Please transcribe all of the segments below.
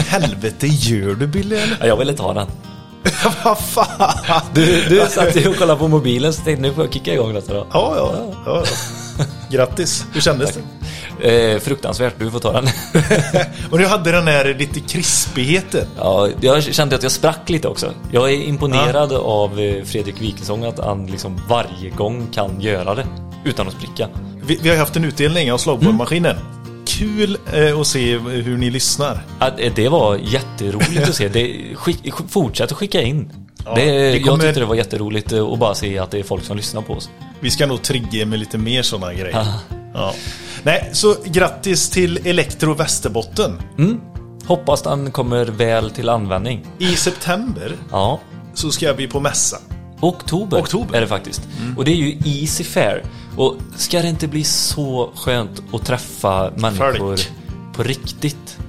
helvete gör du, Billy? Eller? Ja, jag ville ta den. Vad fan? Du satt och kollade på mobilen så tänkte nu får jag kicka igång detta då. Ja. Grattis, hur kändes det? Fruktansvärt, du får ta den. Och du hade den här lite krispigheten. Ja, jag kände att jag sprack lite också. Jag är imponerad av Fredrik Wikensson, att han liksom varje gång kan göra det utan att spricka. Vi har haft en utdelning av slagbollmaskinen. Kul att se hur ni lyssnar. Det var jätteroligt att se. Fortsätt att skicka in. Ja, jag tyckte det var jätteroligt att bara se att det är folk som lyssnar på oss. Vi ska nog trigga med lite mer sådana grejer. Ja. Nej, så grattis till Elektro Västerbotten. Hoppas den kommer väl till användning. I september så ska vi på mässa. Oktober är det faktiskt. Och det är ju Easy Fair. Och ska det inte bli så skönt att träffa människor på riktigt?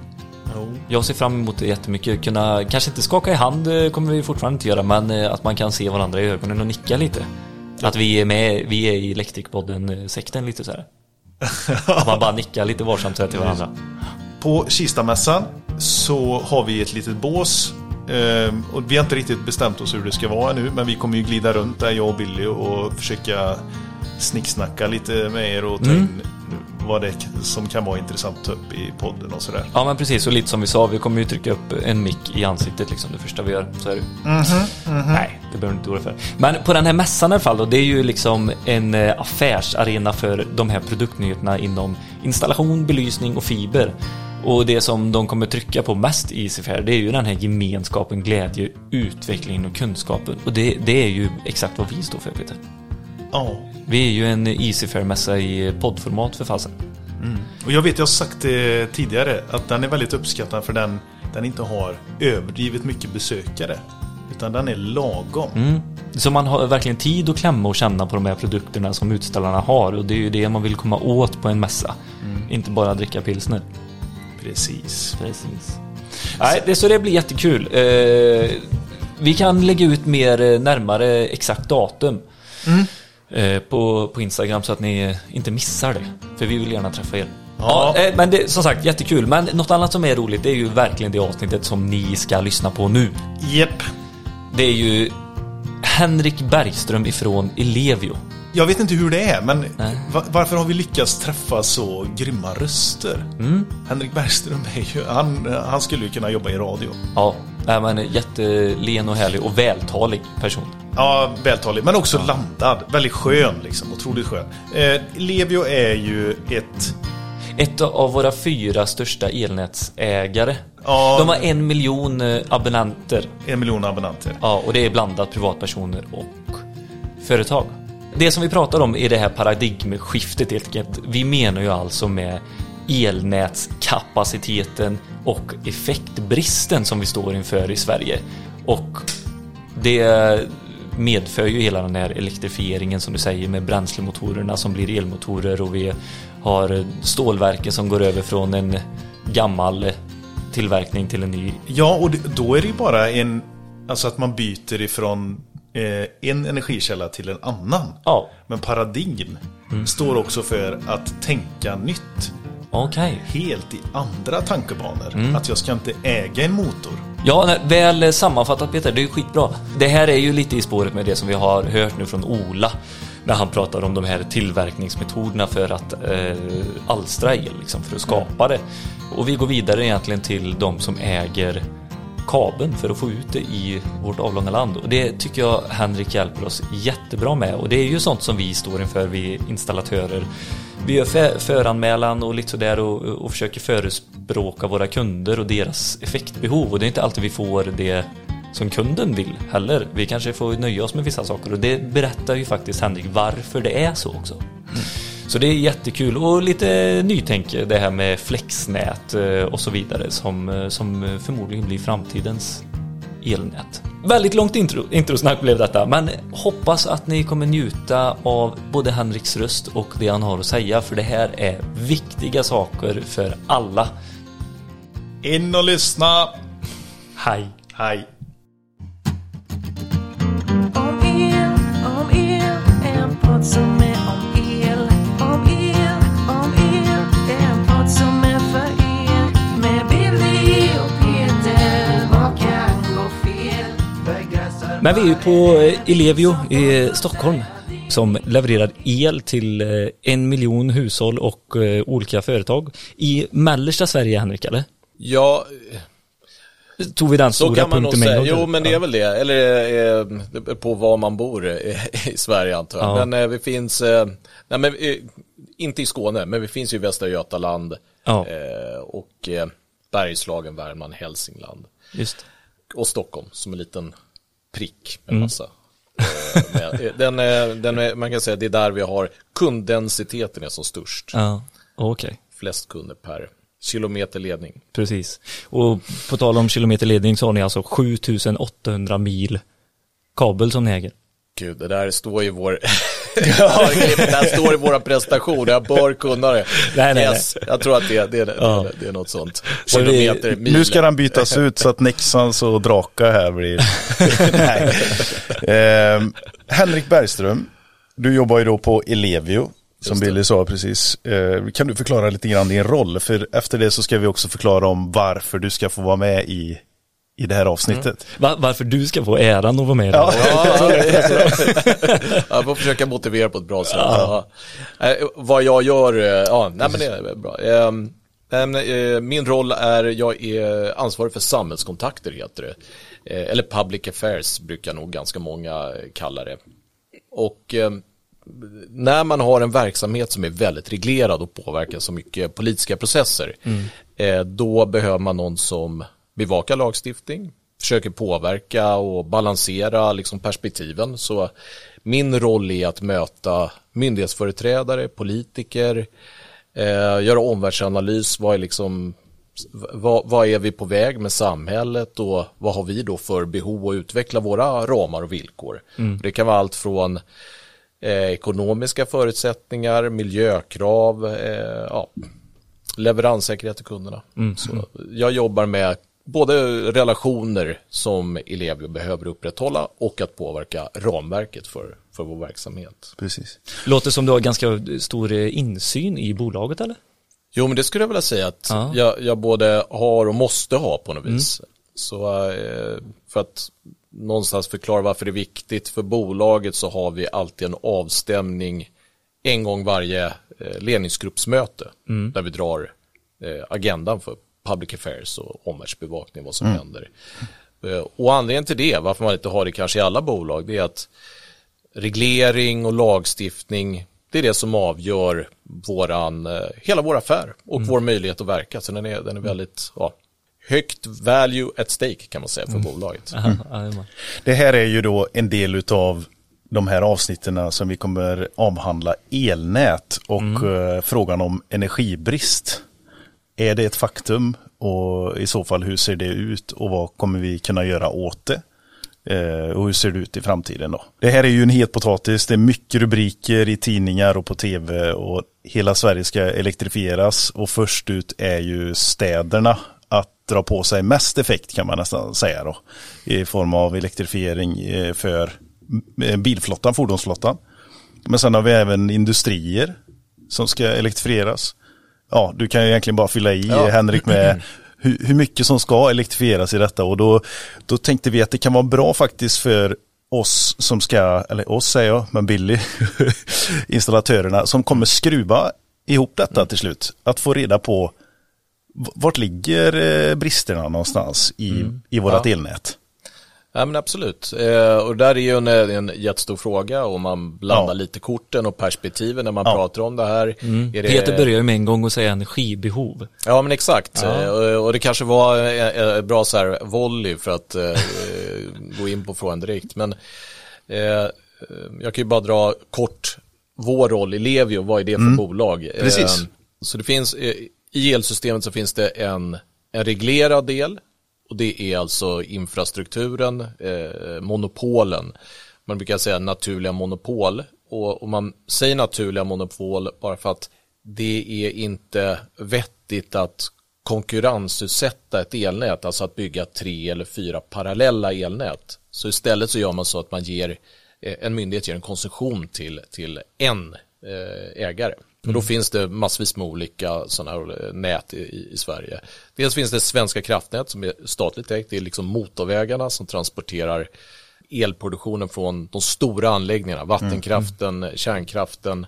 Jag ser fram emot det jättemycket. Kanske inte skaka i hand kommer vi fortfarande inte göra, men att man kan se varandra i ögonen och nicka lite. Att vi är i Elektrikpodden-sekten lite så här. Att man bara nickar lite varsamt till varandra. På Kistamässan så har vi ett litet bås. Och vi har inte riktigt bestämt oss hur det ska vara nu, men vi kommer ju glida runt där, jag och Billy, och försöka snicksnacka lite med er och ta in vad det som kan vara intressant att ta upp i podden och sådär. Ja, men precis, och lite som vi sa, vi kommer ju trycka upp en mick i ansiktet liksom det första vi gör, så är det. Nej, det behöver inte oroa för. Men på den här mässan i alla fall då, det är ju liksom en affärsarena för de här produktnyheterna inom installation, belysning och fiber. Och det som de kommer trycka på mest i Easy Fair, det är ju den här gemenskapen, glädje, utvecklingen och kunskapen. Och det är ju exakt vad vi står för, Peter. Ja. Vi är ju en Easy Fair-mässa i poddformat för fasen. Och jag vet, jag har sagt det tidigare, att den är väldigt uppskattad för den inte har överdrivet mycket besökare, utan den är lagom. Så man har verkligen tid att klämma och känna på de här produkterna som utställarna har. Och det är ju det man vill komma åt på en mässa. Inte bara dricka pilsner. Precis. Nej, så det blir jättekul. Vi kan lägga ut mer närmare exakt datum på Instagram så att ni inte missar det. För vi vill gärna träffa er. Ja, men det, som sagt, jättekul. Men något annat som är roligt, det är ju verkligen det avsnittet som ni ska lyssna på nu. Japp. Det är ju Henrik Bergström ifrån Ellevio. Jag vet inte hur det är, men varför har vi lyckats träffa så grymma röster? Henrik Bergström är ju, han skulle ju kunna jobba i radio. Ja, men jättelen och härlig och vältalig person. Ja, vältalig, men också landad. Väldigt skön liksom, otroligt skön. Ellevio är ju ett av våra 4 största elnätsägare. Ja, de har 1 miljon abonnenter. 1 miljon abonnenter. Ja, och det är blandat privatpersoner och företag. Det som vi pratar om är det här paradigmskiftet helt enkelt. Vi menar ju alltså med elnätskapaciteten och effektbristen som vi står inför i Sverige. Och det medför ju hela den här elektrifieringen som du säger, med bränslemotorerna som blir elmotorer, och vi har stålverken som går över från en gammal tillverkning till en ny. Ja, och då är det ju bara alltså att man byter ifrån en energikälla till en annan. Ja. Men paradigm står också för att tänka nytt. Okej. Helt i andra tankebanor. Att jag ska inte äga en motor. Ja, väl sammanfattat, Peter, det är ju skitbra. Det här är ju lite i spåret med det som vi har hört nu från Ola, när han pratar om de här tillverkningsmetoderna för att alstra el, liksom, för att skapa det. Och vi går vidare egentligen till de som äger kabeln för att få ut det i vårt avlånga land. Och det tycker jag Henrik hjälper oss jättebra med. Och det är ju sånt som vi står inför, vi installatörer. Vi gör föranmälan och lite sådär och försöker förespråka våra kunder och deras effektbehov. Och det är inte alltid vi får det som kunden vill heller. Vi kanske får nöja oss med vissa saker. Och det berättar ju faktiskt Henrik varför det är så också. Så det är jättekul, och lite nytänk det här med flexnät och så vidare som förmodligen blir framtidens elnät. Väldigt långt introsnack blev detta, men hoppas att ni kommer njuta av både Henriks röst och det han har att säga, för det här är viktiga saker för alla. In och lyssna. Hej. Hej. Om el, en podd som är om el. Om el, en podd som är för er. Med Billy och Peter. Men vi är ju på Ellevio i Stockholm som levererar el till 1 miljon hushåll och olika företag i mellersta Sverige, Henrik, eller? Ja, tog vi den så stora kan man nog punkten med en säga. gång? Jo, men det är väl det. Eller på var man bor i Sverige, antar jag. Ja. Men vi finns, inte i Skåne, men vi finns ju i Västra Götaland och Bergslagen, Värmland, Hälsingland. Just. Och Stockholm som en liten prick med massa. Man kan säga det är där vi har kunddensiteten är som störst. Ja, okej. Flest kunder per kilometer ledning. Precis. Och på tal om kilometerledning så har ni alltså 7800 mil kabel som ni äger. Gud, det där står i vår det där står i våra prestationer. Jag bör kunna det. Nej. Jag tror att det är något sånt. Kilometer, mil. Nu ska den bytas ut så att Nexans och Draka här blir... Nej. Henrik Bergström, du jobbar ju då på Ellevio, som Billy sa precis. Kan du förklara lite grann din roll? För efter det så ska vi också förklara om varför du ska få vara med i det här avsnittet. Varför du ska få äran att vara med i jag får försöka motivera på ett bra sätt. Vad jag gör, men det är bra. Min roll är, jag är ansvarig för samhällskontakter, heter det. Eller public affairs brukar nog ganska många kalla det. Och när man har en verksamhet som är väldigt reglerad och påverkar så mycket politiska processer, då behöver man någon som bevakar lagstiftning, försöker påverka och balansera liksom perspektiven. Så min roll är att möta myndighetsföreträdare, politiker, göra omvärldsanalys, vad är vi på väg med samhället och vad har vi då för behov att utveckla våra ramar och villkor. Det kan vara allt från ekonomiska förutsättningar, miljökrav, leveranssäkerhet till kunderna. Så jag jobbar med både relationer som Ellevio behöver upprätthålla och att påverka ramverket för vår verksamhet. Precis. Låter som du har ganska stor insyn i bolaget, eller? Jo, men det skulle jag vilja säga att jag både har och måste ha på något vis. Så för att någonstans förklara varför det är viktigt för bolaget, så har vi alltid en avstämning en gång varje ledningsgruppsmöte där vi drar agendan för public affairs och omvärldsbevakning, vad som händer. Och anledningen till det, varför man inte har det kanske i alla bolag, det är att reglering och lagstiftning, det är det som avgör hela vår affär och vår möjlighet att verka. Så den är väldigt högt value at stake, kan man säga, för bolaget. Det här är ju då en del utav de här avsnitten som vi kommer avhandla elnät och frågan om energibrist. Är det ett faktum, och i så fall hur ser det ut och vad kommer vi kunna göra åt det? Och hur ser det ut i framtiden då? Det här är ju en het potatis, det är mycket rubriker i tidningar och på tv och hela Sverige ska elektrifieras, och först ut är ju städerna att dra på sig mest effekt, kan man nästan säga då, i form av elektrifiering för bilflottan, fordonsflottan. Men sen har vi även industrier som ska elektrifieras. Ja, du kan ju egentligen bara fylla i, Henrik, med hur mycket som ska elektrifieras i detta. Och då tänkte vi att det kan vara bra faktiskt för oss som ska, eller oss säger jag, men Billy, installatörerna som kommer skruva ihop detta till slut, att få reda på vart ligger bristerna någonstans i vårat elnät. Ja, men absolut. Och där är ju en jättestor fråga, och man blandar lite korten och perspektiven när man pratar om det här. Peter börjar ju med en gång att säga energibehov. Ja, men exakt. Och det kanske var en bra så här volley för att gå in på frågan direkt. Men jag kan ju bara dra kort vår roll i Ellevio. Vad är det för bolag? Precis. Så det finns i elsystemet så finns det en reglerad del. Och det är alltså infrastrukturen, monopolen. Man brukar säga naturliga monopol. Och man säger naturliga monopol bara för att det är inte vettigt att konkurrensutsätta ett elnät. Alltså att bygga 3 eller 4 parallella elnät. Så istället så gör man så att man en myndighet ger en koncession till en ägare. Och då finns det massvis med olika sådana här nät i Sverige. Dels finns det Svenska kraftnät som är statligt ägt. Det är liksom motorvägarna som transporterar elproduktionen från de stora anläggningarna, vattenkraften, kärnkraften,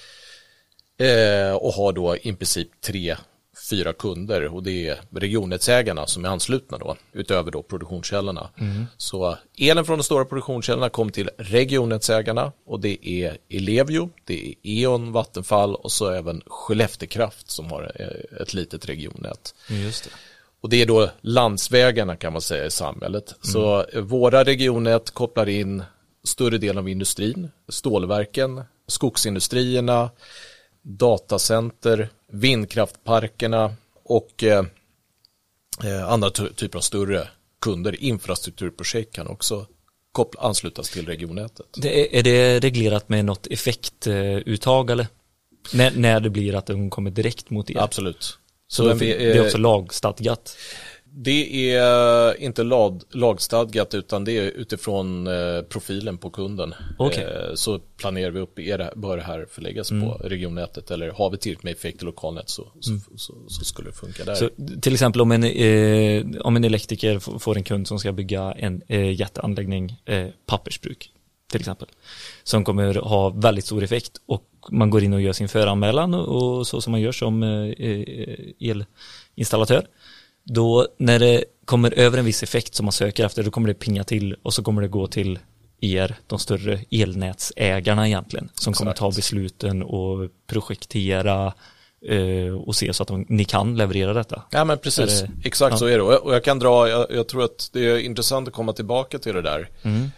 och har då i princip 3-4 kunder, och det är regionnätsägarna som är anslutna då, utöver då produktionskällorna. Så elen från de stora produktionskällorna kom till regionnätsägarna, och det är Ellevio, det är E.ON, Vattenfall och så även Skellefteå Kraft som har ett litet regionnät. Just det. Och det är då landsvägarna kan man säga i samhället. Så våra regionnät kopplar in större del av industrin, stålverken, skogsindustrierna, datacenter, vindkraftparkerna och andra typer av större kunder. Infrastrukturprojekt kan också anslutas till regionnätet. Är det reglerat med något effektuttag eller? När det blir att de kommer direkt mot er? Absolut. Så det är också lagstadgat? Det är inte lagstadgat, utan det är utifrån profilen på kunden. Okay. Så planerar vi upp, bör det här förläggas på regionnätet, eller har vi tillräckligt med effekt i lokalnät så skulle det funka där. Så till exempel om en elektriker får en kund som ska bygga en jätteanläggning, pappersbruk till exempel, som kommer ha väldigt stor effekt, och man går in och gör sin föranmälan och så som man gör som elinstallatör. Då när det kommer över en viss effekt som man söker efter, då kommer det pinga till, och så kommer det gå till de större elnätsägarna egentligen, som kommer ta besluten och projektera och se så att ni kan leverera detta. Ja, men precis. Exakt så är det. Och jag kan jag tror att det är intressant att komma tillbaka till det där.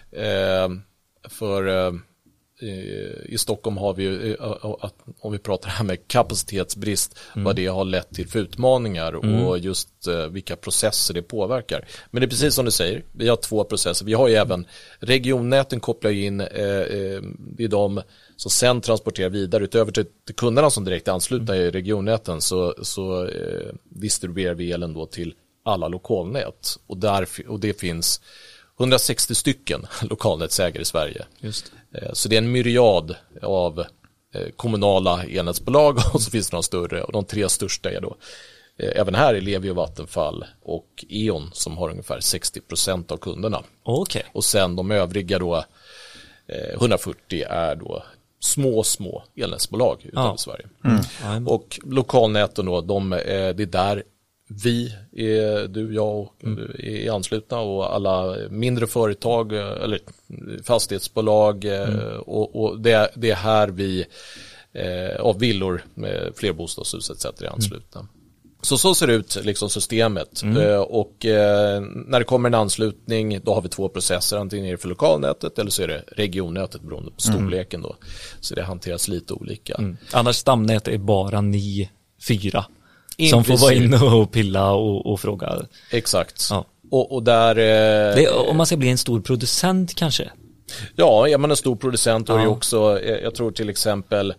För i Stockholm har vi ju, om vi pratar här med kapacitetsbrist, vad det har lett till för utmaningar och just vilka processer det påverkar. Men det är precis som du säger, vi har 2 processer. Vi har ju även regionnäten kopplar in i de som sen transporterar vidare utöver till kunderna som direkt ansluter i regionnäten, så distribuerar vi elen då till alla lokalnät, och det finns 160 stycken lokalnätsägare i Sverige. Just. Så det är en myriad av kommunala elnätsbolag, och så finns det några större, och de 3 största är då även här Ellevio, Vattenfall och E.ON, som har ungefär 60% av kunderna. Okay. Och sen de övriga då 140 är då små elnätsbolag utanför Sverige. Och lokalnäten då, det är där vi, du, jag är anslutna, och alla mindre företag eller fastighetsbolag och det är här vi av villor med flerbostadshus etc. är anslutna. Så ser det ut liksom systemet. Och när det kommer en anslutning, då har vi 2 processer, antingen är det för lokalnätet eller så är det regionnätet beroende på storleken då. Så det hanteras lite olika. Annars stamnät är bara ni 4 som får vara inne och pilla och fråga. Exakt. Ja. Och där... om man ska bli en stor producent kanske? Ja, är man en stor producent och är också, jag tror till exempel,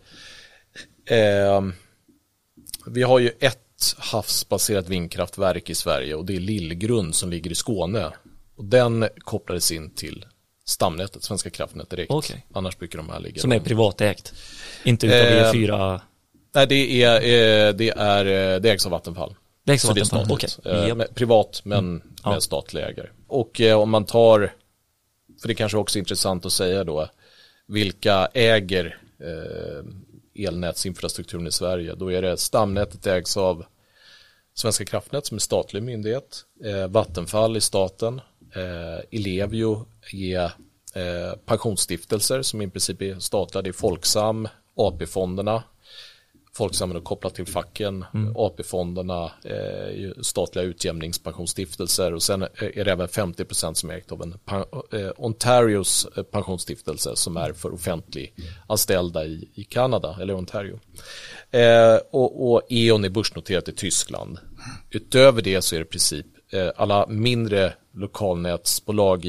vi har ju ett havsbaserat vindkraftverk i Sverige, och det är Lillgrund som ligger i Skåne. Och den kopplades in till stamnätet, Svenska kraftnät direkt. Okay. Annars brukar de här ligga. Som är privatägt? Inte utav E4... Nej, det ägs av Vattenfall. Det ägs av Vattenfall, okej. Privat, men med statlig ägare. Och om man tar, för det kanske också är intressant att säga då, vilka äger elnätsinfrastrukturen i Sverige? Då är det stamnätet ägs av Svenska kraftnät som är statlig myndighet, Vattenfall i staten, Ellevio är pensionsstiftelser som i princip är statliga, det är Folksam, AP-fonderna. Folksam är kopplat till facken, AP-fonderna, statliga utjämningspensionsstiftelser, och sen är det även 50% som är ägt av en Ontarios pensionsstiftelse som är för offentlig anställda i Kanada, eller Ontario. Och E.ON är börsnoterat i Tyskland. Utöver det så är det i princip alla mindre lokalnätsbolag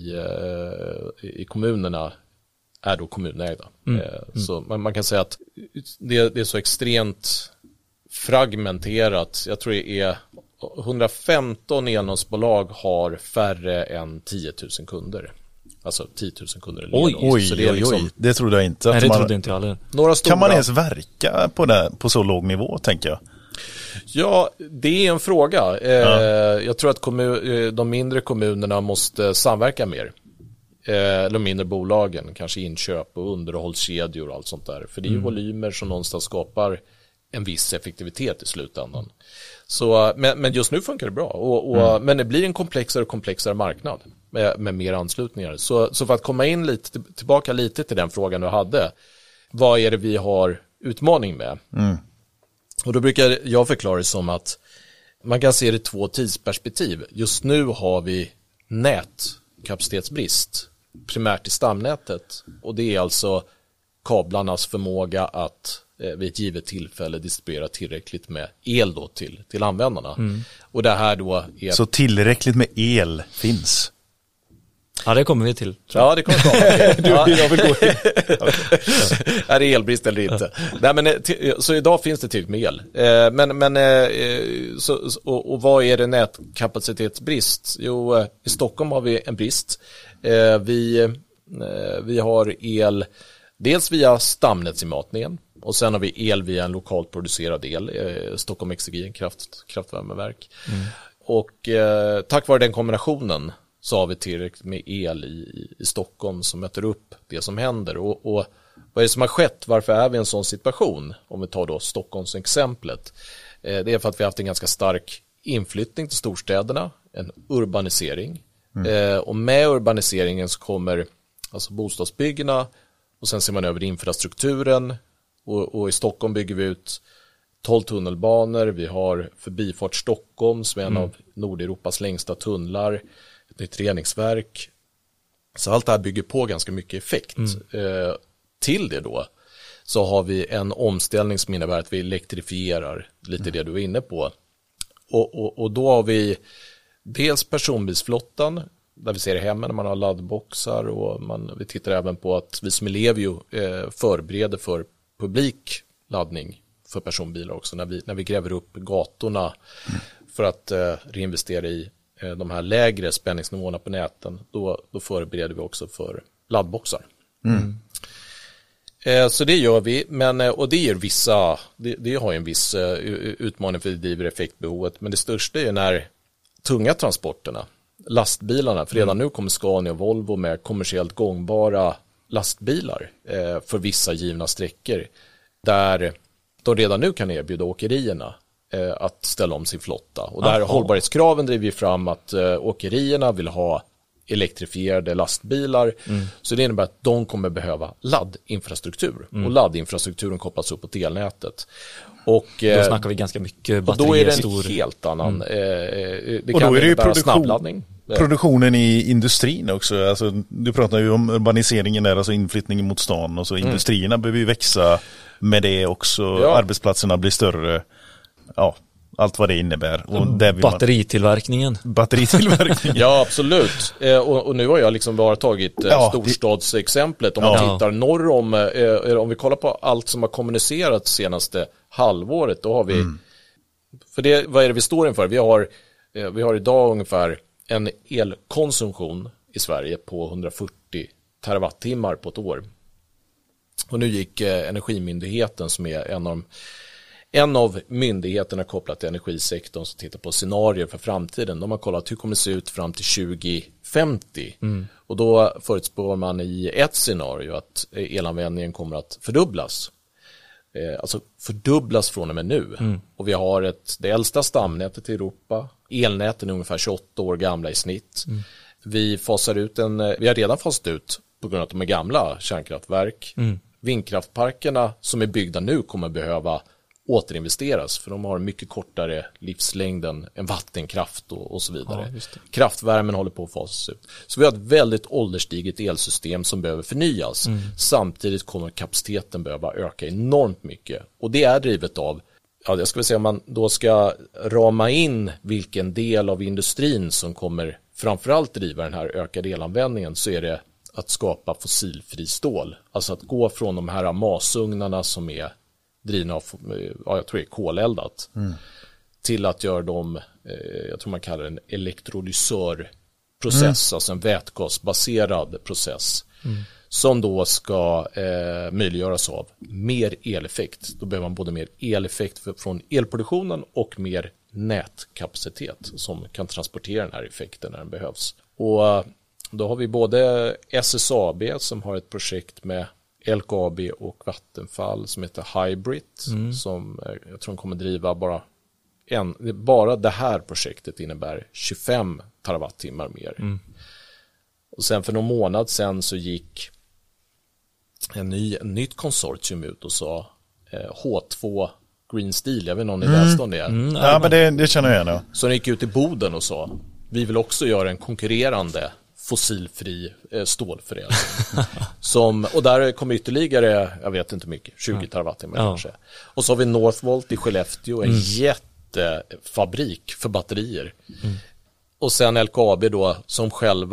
i kommunerna är då kommunägda. Så man kan säga att det är så extremt fragmenterat. Jag tror det är 115 elnätsbolag har färre än 10 000 kunder. Alltså 10 000 kunder eller oj, så det är liksom, det trodde jag inte. Nej, det trodde inte jag heller. Några stora... Kan man ens verka på så låg nivå, tänker jag? Ja, det är en fråga. Jag tror att de mindre kommunerna måste samverka mer. eller mindre bolagen, kanske inköp och underhållskedjor och allt sånt där. För det är ju volymer som någonstans skapar en viss effektivitet i slutändan. Så, men just nu funkar det bra. Men det blir en komplexare och komplexare marknad med mer anslutningar. Så för att komma in lite, tillbaka lite till den frågan du hade. Vad är det vi har utmaning med? Och då brukar jag förklara det som att man kan se det i 2 tidsperspektiv. Just nu har vi nätkapacitetsbrist, primärt i stamnätet. Och det är alltså kablarnas förmåga att vid ett givet tillfälle distribuera tillräckligt med el då till användarna. Och det här då är... Så tillräckligt med el finns? Ja, det kommer vi till. Ja, det kommer jag vill gå in. Är det elbrist eller inte? Nej, men, så idag finns det tillräckligt med el. Och vad är det nätkapacitetsbrist? Jo, i Stockholm har vi en brist. Vi har el dels via stamnätsinmatningen och sen har vi el via en lokalt producerad el, Stockholm Exergi, kraftvärmeverk. Och tack vare den kombinationen så har vi tillräckligt med el i Stockholm som möter upp det som händer. Och vad är det som har skett? Varför är vi i en sån situation? Om vi tar då Stockholm som exemplet. Det är för att vi har haft en ganska stark inflyttning till storstäderna, en urbanisering. Och med urbaniseringen så kommer alltså bostadsbyggena och sen ser man över infrastrukturen. Och i Stockholm bygger vi ut 12 tunnelbanor. Vi har Förbifart Stockholm som är en av Nordeuropas längsta tunnlar. Ett nytt reningsverk. Så allt det här bygger på ganska mycket effekt. Till det då så har vi en omställning som innebär att vi elektrifierar lite det du var inne på. Och då har vi dels personbilsflottan där vi ser det hemma när man har laddboxar och vi tittar även på att vi som Ellevio förbereder för publik laddning för personbilar också när vi gräver upp gatorna för att reinvestera i de här lägre spänningsnivåerna på näten, då förbereder vi också för laddboxar. Så det gör vi, och det ger det har ju en viss utmaning för det driver effektbehovet, men det största är när tunga transporterna, lastbilarna, för redan nu kommer Scania och Volvo med kommersiellt gångbara lastbilar för vissa givna sträckor där de redan nu kan erbjuda åkerierna att ställa om sin flotta. Och där hållbarhetskraven driver fram att åkerierna vill ha elektrifierade lastbilar. Så det innebär att de kommer behöva laddinfrastruktur. Och laddinfrastrukturen kopplas upp på elnätet. Och då snackar vi ganska mycket batterier. Och då är det en helt annan... det och då är det ju snabbladdning. Produktionen i industrin också. Alltså, du pratar ju om urbaniseringen där, alltså inflyttningen mot stan. Och så industrierna behöver ju växa med det också. Ja. Arbetsplatserna blir större. Ja, allt vad det innebär. Och batteritillverkningen. Ja, absolut. Och nu har jag liksom bara tagit storstadsexemplet. Om man tittar norr om vi kollar på allt som har kommunicerats senaste halvåret, då har vi för vad är det vi står inför? Vi har idag ungefär en elkonsumtion i Sverige på 140 terawattimmar på ett år. Och nu gick Energimyndigheten, som är en av myndigheterna kopplat till energisektorn, som tittar på scenarier för framtiden. De har kollat hur kommer det se ut fram till 2050. Och då förutspår man i ett scenario att elanvändningen kommer att fördubblas. Alltså fördubblas från och med nu. Och vi har det äldsta stamnätet i Europa. Elnäten är ungefär 28 år gamla i snitt. Vi har redan fasat ut, på grund av att de är gamla, kärnkraftverk. Vindkraftparkerna som är byggda nu kommer behöva återinvesteras, för de har mycket kortare livslängd än vattenkraft och så vidare. Kraftvärmen håller på att fasas ut. Så vi har ett väldigt ålderstiget elsystem som behöver förnyas. Samtidigt kommer kapaciteten behöva öka enormt mycket. Och det är drivet av, jag ska väl säga, om man då ska rama in vilken del av industrin som kommer framförallt driva den här ökade elanvändningen, så är det att skapa fossilfri stål. Alltså att gå från de här masugnarna som är drivna av, jag tror det är koleldat, till att göra dem, jag tror man kallar det en elektrolysörprocess, alltså en vätgasbaserad process, som då ska möjliggöras av mer eleffekt. Då behöver man både mer eleffekt från elproduktionen och mer nätkapacitet som kan transportera den här effekten när den behövs. Och Då har vi både SSAB som har ett projekt med LKAB och Vattenfall som heter Hybrid, som jag tror de kommer driva bara det här projektet innebär 25 terawattimmar mer. Och sen för någon månad sen så gick en nytt konsortium ut och sa H2 Green Steel, jag vet inte om ni läste om det. Ja, men det känner jag igen. Ja. Så de gick ut i Boden och sa vi vill också göra en konkurrerande fossilfri stålförädling. Och där kommer ytterligare, jag vet inte mycket, 20 terawattimmar kanske. Och så har vi Northvolt i Skellefteå, en jättefabrik för batterier. Och sen LKAB då som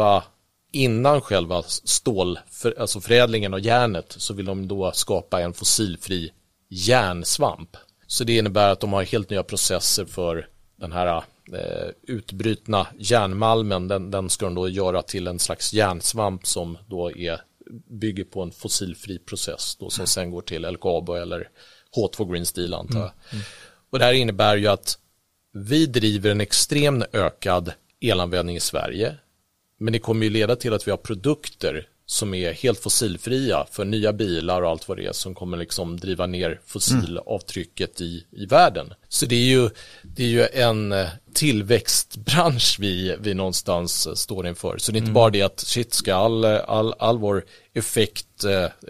innan själva alltså förädlingen av järnet så vill de då skapa en fossilfri järnsvamp. Så det innebär att de har helt nya processer för den här utbrytna järnmalmen. Den ska de då göra till en slags järnsvamp som då bygger på en fossilfri process då, som sen går till LKAB eller H2 Green Steel antar jag. Och det här innebär ju att vi driver en extrem ökad elanvändning i Sverige. Men det kommer ju leda till att vi har produkter som är helt fossilfria för nya bilar och allt vad det är som kommer liksom driva ner fossilavtrycket i världen. Så det är ju en tillväxtbransch vi någonstans står inför. Så det är inte bara det att ska all vår effekt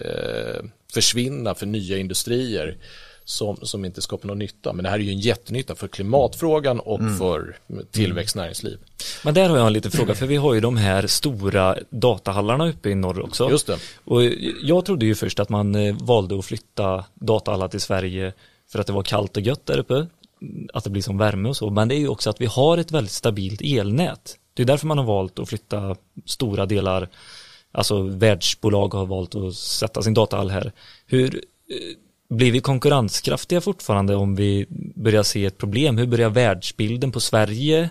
försvinna för nya industrier som inte skapar någon nytta. Men det här är ju en jättenytta för klimatfrågan och för tillväxtnäringsliv. Men där har jag en liten fråga, för vi har ju de här stora datahallarna uppe i norr också. Just det. Och jag trodde ju först att man valde att flytta datahallar till Sverige för att det var kallt och gött där uppe, att det blir som värme och så. Men det är ju också att vi har ett väldigt stabilt elnät. Det är därför man har valt att flytta stora delar, alltså världsbolag har valt att sätta sin datahall här. Blir vi konkurrenskraftiga fortfarande om vi börjar se ett problem? Hur börjar världsbilden på Sverige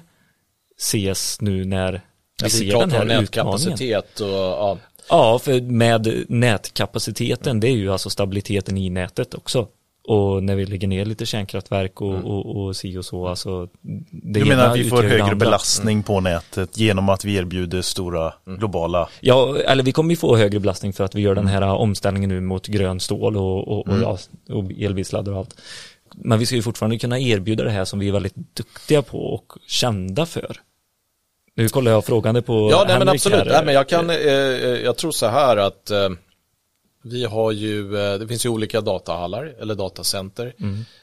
ses nu när vi ser den här nätkapacitet och Ja, för med nätkapaciteten, det är ju alltså stabiliteten i nätet också. Och när vi lägger ner lite kärnkraftverk och så, alltså du menar att vi får högre belastning på nätet genom att vi erbjuder stora globala... Ja, eller vi kommer ju få högre belastning för att vi gör den här omställningen nu mot grön stål och elbilsladdar och allt. Men vi ska ju fortfarande kunna erbjuda det här som vi är väldigt duktiga på och kända för. Nu kollar jag frågande på Henrik. Men absolut. Nej, men jag tror så här att vi har ju, det finns ju olika datahallar eller datacenter.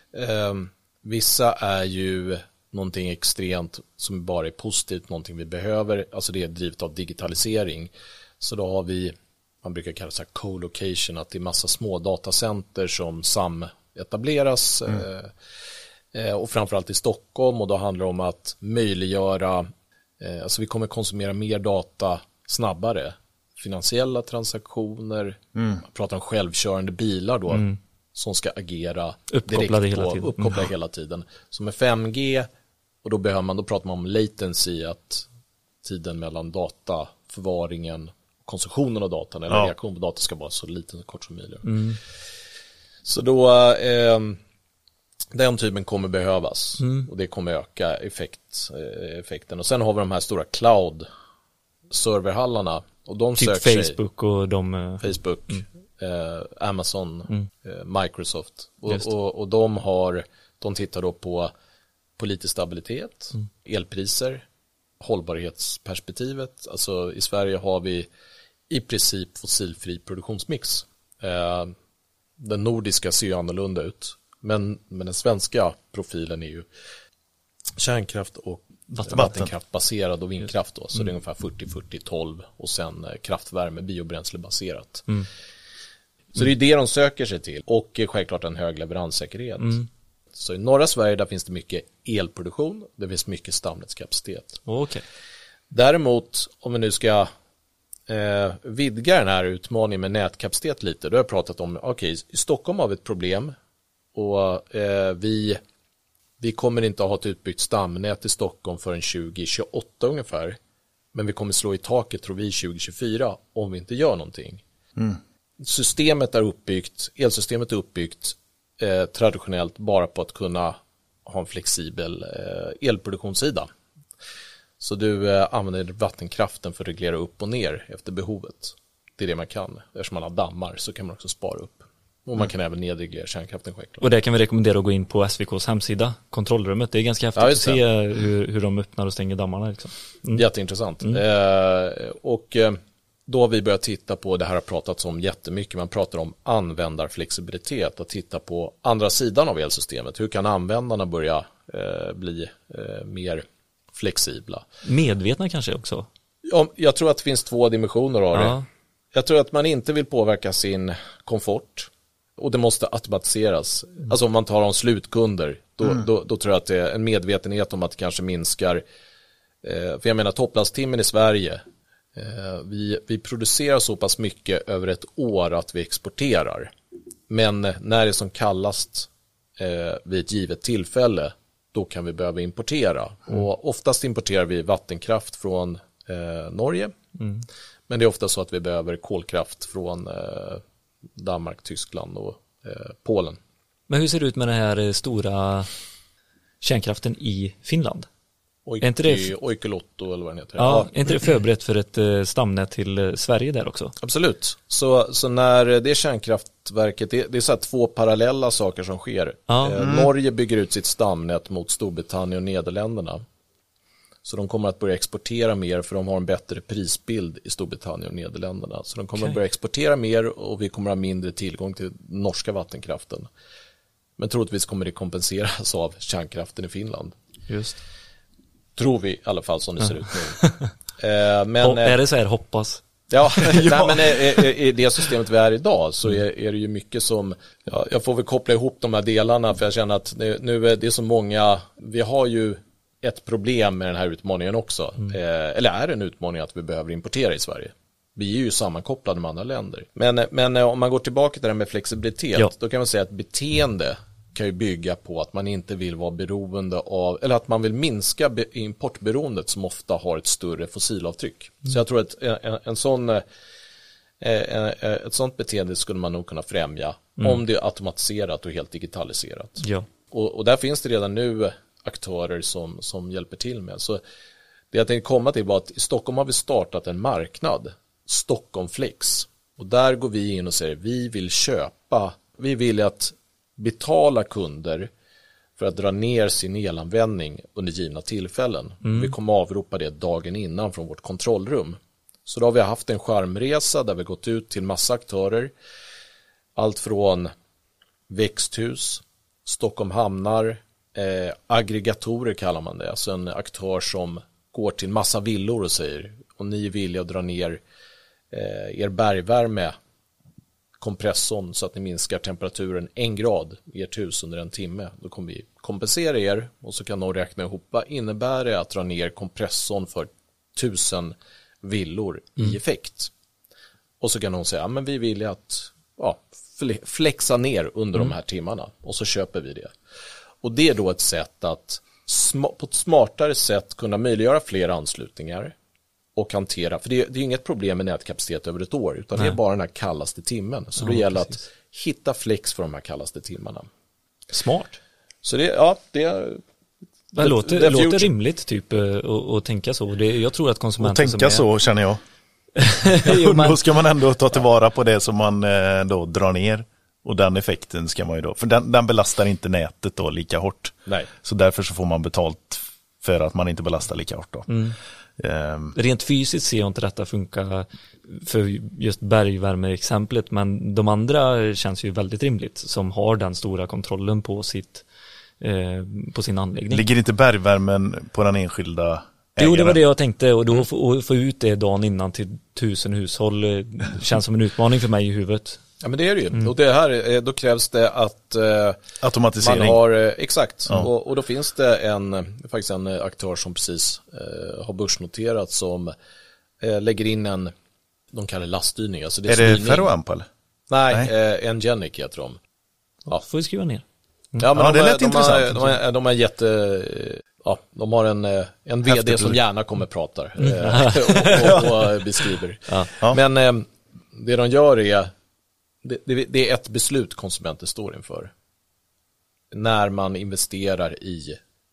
Vissa är ju någonting extremt som bara är positivt, någonting vi behöver. Alltså det är drivet av digitalisering. Så då har vi, man brukar kalla det så här co-location, att det är massa små datacenter som sametableras. Och framförallt i Stockholm, och då handlar det om att möjliggöra, alltså vi kommer konsumera mer data snabbare. Finansiella transaktioner, pratar om självkörande bilar då, som ska agera uppkopplade hela tiden. Så med 5G, och då pratar man om latency, att tiden mellan dataförvaringen och konsumtionen av datan eller reaktion på data ska vara så liten och kort som möjligt. Så då den typen kommer behövas och det kommer öka effekten. Och sen har vi de här stora cloud-serverhallarna. Och de typ söker Facebook och Facebook, Amazon, Microsoft. Och de tittar då på politisk stabilitet, elpriser, hållbarhetsperspektivet. Alltså i Sverige har vi i princip fossilfri produktionsmix. Den nordiska ser ju annorlunda ut. Men den svenska profilen är ju kärnkraft och vattenkraftbaserad och vindkraft då. Så det är ungefär 40-40-12 och sen kraftvärme, biobränslebaserat. Så det är det de söker sig till, och självklart en hög leveranssäkerhet. Så i norra Sverige där finns det mycket elproduktion, det finns mycket stamnätskapacitet. Okay. Däremot om vi nu ska vidga den här utmaningen med nätkapacitet lite, då har jag pratat om, i Stockholm har vi ett problem och vi kommer inte att ha ett utbyggt stamnät i Stockholm förrän 2028 ungefär. Men vi kommer slå i taket, tror vi, 2024 om vi inte gör någonting. Elsystemet är uppbyggt traditionellt bara på att kunna ha en flexibel elproduktionssida. Så du använder vattenkraften för att reglera upp och ner efter behovet. Det är det man kan. Eftersom man har dammar så kan man också spara upp. Och man kan även nedreglera kärnkraften självklart. Och det kan vi rekommendera att gå in på SVKs hemsida, kontrollrummet. Det är ganska häftigt att se hur de öppnar och stänger dammarna. Liksom. Jätteintressant. Och då har vi börjat titta på, det här har pratats om jättemycket, man pratar om användarflexibilitet, att titta på andra sidan av elsystemet. Hur kan användarna börja bli mer flexibla? Medvetna kanske också? Ja, jag tror att det finns 2 dimensioner av det. Jag tror att man inte vill påverka sin komfort och det måste automatiseras. Alltså om man tar om slutkunder, då tror jag att det är en medvetenhet om att det kanske minskar. För jag menar topplasttimmen i Sverige, vi producerar så pass mycket över ett år att vi exporterar. Men när det är som kallast vid ett givet tillfälle, då kan vi behöva importera. Och oftast importerar vi vattenkraft från Norge. Men det är ofta så att vi behöver kolkraft från Danmark, Tyskland och Polen. Men hur ser det ut med den här stora kärnkraften i Finland? Oikolotto eller vad den heter. Ja, är inte det förberett för ett stamnät till Sverige där också? Absolut. Så när det kärnkraftverket, det är så här 2 parallella saker som sker. Norge bygger ut sitt stamnät mot Storbritannien och Nederländerna. Så de kommer att börja exportera mer för de har en bättre prisbild i Storbritannien och Nederländerna. Så de kommer att börja exportera mer och vi kommer att ha mindre tillgång till norska vattenkraften. Men troligtvis kommer det kompenseras av kärnkraften i Finland. Just. Tror vi i alla fall som det ser ut nu. Men, är det så här, hoppas? Ja, nej, men i det systemet vi är idag så är det ju mycket som, jag får väl koppla ihop de här delarna för jag känner att nu är det så många, vi har ju ett problem med den här utmaningen också. Eller är det en utmaning att vi behöver importera i Sverige? Vi är ju sammankopplade med andra länder. Men om man går tillbaka till det här med flexibilitet, då kan man säga att beteende kan ju bygga på att man inte vill vara beroende av, eller att man vill minska importberoendet som ofta har ett större fossilavtryck. Så jag tror att ett sånt beteende skulle man nog kunna främja om det är automatiserat och helt digitaliserat. Ja. Och där finns det redan nu aktörer som hjälper till med. Så det jag tänkte komma till var att i Stockholm har vi startat en marknad, Stockholm Flex. Och där går vi in och säger vi vill att betala kunder för att dra ner sin elanvändning under givna tillfällen. Vi kommer avropa det dagen innan från vårt kontrollrum. Så då har vi haft en skärmresa där vi gått ut till massa aktörer. Allt från växthus, Stockholm hamnar, aggregatorer kallar man det. Alltså en aktör som går till massa villor och säger om ni är villiga att dra ner er bergvärme kompressorn så att ni minskar temperaturen 1 grad i ert hus under 1 timme. Då kommer vi kompensera er och så kan de räkna ihop vad innebär det att dra ner kompressorn för 1000 villor i effekt. Och så kan de säga men vi vill att flexa ner under de här timmarna och så köper vi det. Och det är då ett sätt att på ett smartare sätt kunna möjliggöra fler anslutningar och hantera, för det är inget problem med nätkapacitet över ett år utan det är bara den här kallaste timmen. Så det gäller att hitta flex för de här kallaste timmarna. Smart. Så det låter rimligt typ att tänka så. Jag tror att konsumenter och tänka så känner jag. Då ska man ändå ta tillvara på det som man då drar ner. Och den effekten ska man ju då, för den belastar inte nätet då lika hårt. Nej. Så därför så får man betalt för att man inte belastar lika hårt då. Rent fysiskt ser jag inte detta funka för just bergvärmeexemplet, men de andra känns ju väldigt rimligt som har den stora kontrollen på på sin anläggning. Ligger inte bergvärmen på den enskilda ägaren? Jo, det var det jag tänkte, och då få ut det dagen innan till 1000 hushåll känns som en utmaning för mig i huvudet. Ja, men det är det ju. Och det här, då krävs det att automatisering. Man har, exakt. Ja. Och då finns det faktiskt en aktör som precis har börsnoterat som lägger in de kallar laststyrning. Alltså det är det Ferroamp eller? Nej. Engenic heter de. Ja. Får vi skriva ner. Ja, men det lät intressant. De är de har en vd som gärna kommer pratar och beskriver. Ja. Men det de gör är det är ett beslut konsumenter står inför när man investerar i